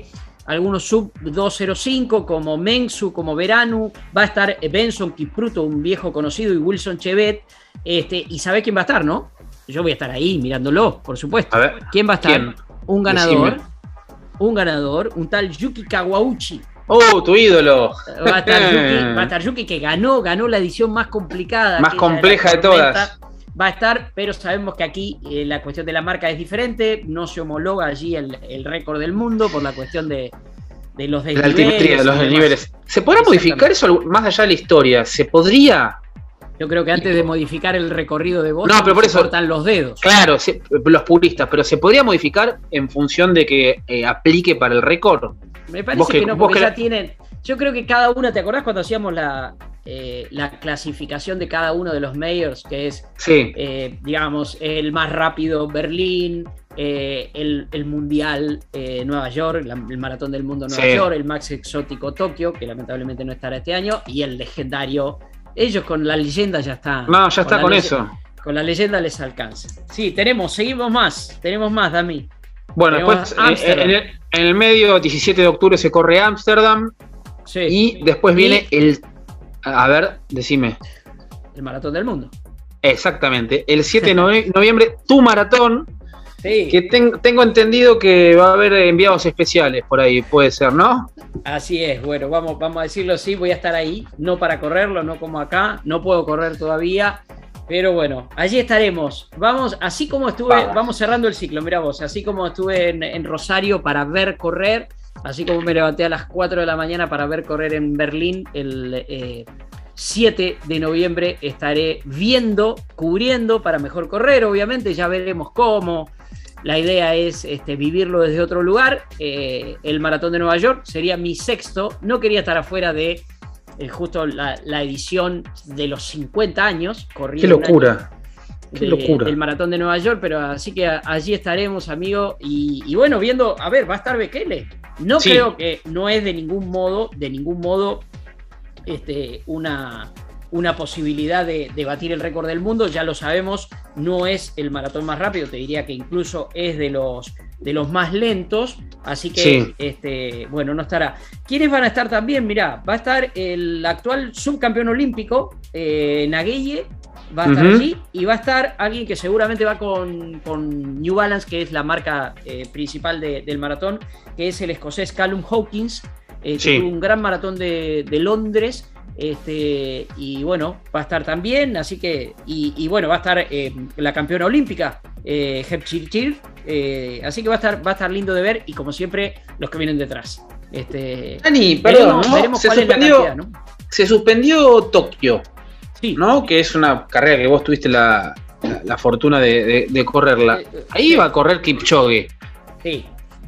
algunos sub dos cero cinco como Mensu, como Veranu, va a estar Benson Kipruto, un viejo conocido, y Wilson Chevet, este, y ¿sabés quién va a estar, no? Yo voy a estar ahí mirándolo, por supuesto. A ver, ¿quién va a estar? ¿quién? Un ganador, Decime. un ganador, un tal Yuki Kawauchi. ¡Oh, tu ídolo! Va a estar Yuki, va a estar Yuki que ganó, ganó la edición más complicada. Más compleja de, de todas. Va a estar, pero sabemos que aquí eh, la cuestión de la marca es diferente, no se homologa allí el, el récord del mundo por la cuestión de, de los desniveles. La altimetría de los desniveles. ¿Se podrá modificar eso más allá de la historia? ¿Se podría? Yo creo que antes de modificar el recorrido de Boston, no, pero por se eso, cortan los dedos. Claro, se, los puristas, pero ¿se podría modificar en función de que eh, aplique para el récord? Me parece que, que no, porque ya tienen... Yo creo que cada una, ¿te acordás cuando hacíamos la, eh, la clasificación de cada uno de los mayors? Que es, sí. eh, digamos, el más rápido Berlín, eh, el, el mundial eh, Nueva York, la, el maratón del mundo Nueva sí. York, el más exótico Tokio, que lamentablemente no estará este año, y el legendario. Ellos con la leyenda ya están. No, ya está con, con eso. Con la leyenda les alcanza. Sí, tenemos, seguimos más, tenemos más, Dami. Bueno, tenemos después en el, en el medio, diecisiete de octubre se corre Ámsterdam. Sí. Y después y viene el... A ver, decime. El maratón del mundo. Exactamente. El siete de noviembre, tu maratón. Sí. Que ten, tengo entendido que va a haber enviados especiales por ahí, puede ser, ¿no? Así es, bueno, vamos, vamos a decirlo así, voy a estar ahí, no para correrlo, no como acá, no puedo correr todavía, pero bueno, allí estaremos. Vamos, así como estuve, vamos, vamos cerrando el ciclo, mirá vos, así como estuve en, en Rosario para ver correr, así como me levanté a las cuatro de la mañana para ver correr en Berlín, el eh, siete de noviembre estaré viendo, cubriendo para Mejor Correr, obviamente, ya veremos cómo. La idea es este, vivirlo desde otro lugar. Eh, el Maratón de Nueva York sería mi sexto. No quería estar afuera de eh, justo la, la edición de los cincuenta años. ¡Qué locura! ¡Qué de, locura! Del Maratón de Nueva York, pero así que a, allí estaremos, amigo. Y, y bueno, viendo, a ver, va a estar Bekele. No sí. creo que, no es de ningún modo, de ningún modo, este, una... una posibilidad de, de batir el récord del mundo, ya lo sabemos, no es el maratón más rápido, te diría que incluso es de los, de los más lentos, así que, sí. este, bueno, no estará. ¿Quiénes van a estar también? Mirá, va a estar el actual subcampeón olímpico, eh, Nagueye, va a estar uh-huh. allí, y va a estar alguien que seguramente va con, con New Balance, que es la marca eh, principal de, del maratón, que es el escocés Callum Hawkins, eh, que sí. tuvo un gran maratón de, de Londres. Este, y bueno, va a estar también, así que, y, y bueno, va a estar eh, la campeona olímpica, eh, Hepchirchir, eh, así que va a estar, va a estar lindo de ver, y como siempre, los que vienen detrás. Este, Dani, perdón, veremos, ¿no? veremos se, cuál suspendió, es la cantidad, ¿no? se suspendió Tokio, sí. ¿no? Que es una carrera que vos tuviste la, la, la fortuna de, de, de correrla. Ahí sí. va a correr Kipchoge. Sí.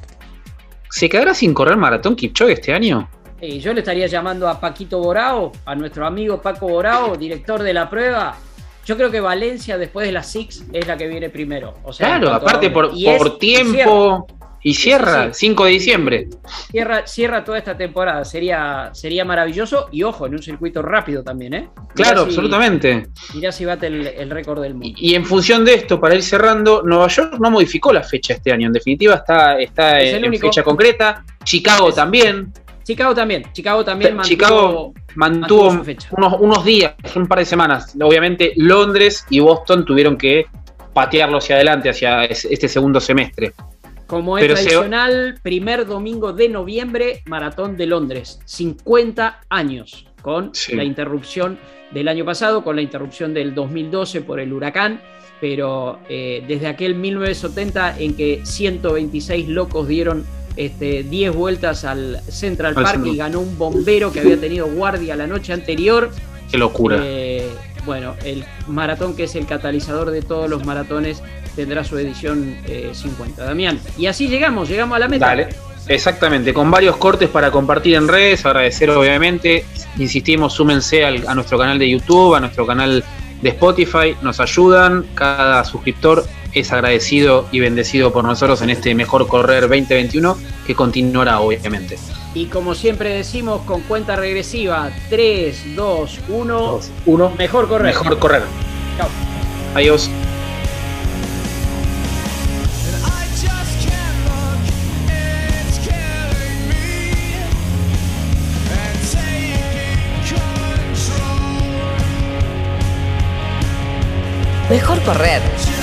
¿Se quedará sin correr maratón Kipchoge este año? Eh, yo le estaría llamando a Paquito Borao, a nuestro amigo Paco Borao, director de la prueba. Yo creo que Valencia, después de la Six, es la que viene primero. O sea, claro, aparte por, por es, tiempo y cierra, sí, sí, sí. cinco de diciembre. Cierra, cierra toda esta temporada, sería, sería maravilloso. Y ojo, en un circuito rápido también, ¿eh? Mirá claro, si, absolutamente. Mirá si bate el, el récord del mundo. Y, y en función de esto, para ir cerrando, Nueva York no modificó la fecha este año. En definitiva, está, está en único. fecha concreta. Chicago es, también. Chicago también, Chicago también mantuvo, Chicago mantuvo, mantuvo fecha. Unos, unos días, un par de semanas. Obviamente Londres y Boston tuvieron que patearlo hacia adelante, hacia este segundo semestre. Como es Pero tradicional, se... primer domingo de noviembre, Maratón de Londres, cincuenta años, con sí. la interrupción del año pasado, con la interrupción del dos mil doce por el huracán, pero eh, desde aquel mil novecientos setenta en que ciento veintiséis locos dieron Este, diez vueltas al Central Park al y ganó un bombero que había tenido guardia la noche anterior. ¡Qué locura! Eh, bueno, el maratón, que es el catalizador de todos los maratones, tendrá su edición eh, cincuenta. Damián, y así llegamos, llegamos a la meta. Dale, exactamente, con varios cortes para compartir en redes, agradecer obviamente, insistimos, súmense al, a nuestro canal de YouTube, a nuestro canal de Spotify, nos ayudan, cada suscriptor es agradecido y bendecido por nosotros en este Mejor Correr veinte veintiuno que continuará obviamente. Y como siempre decimos, con cuenta regresiva, tres, dos, uno, Mejor Correr. Mejor Correr. Chao. Adiós. Mejor correr.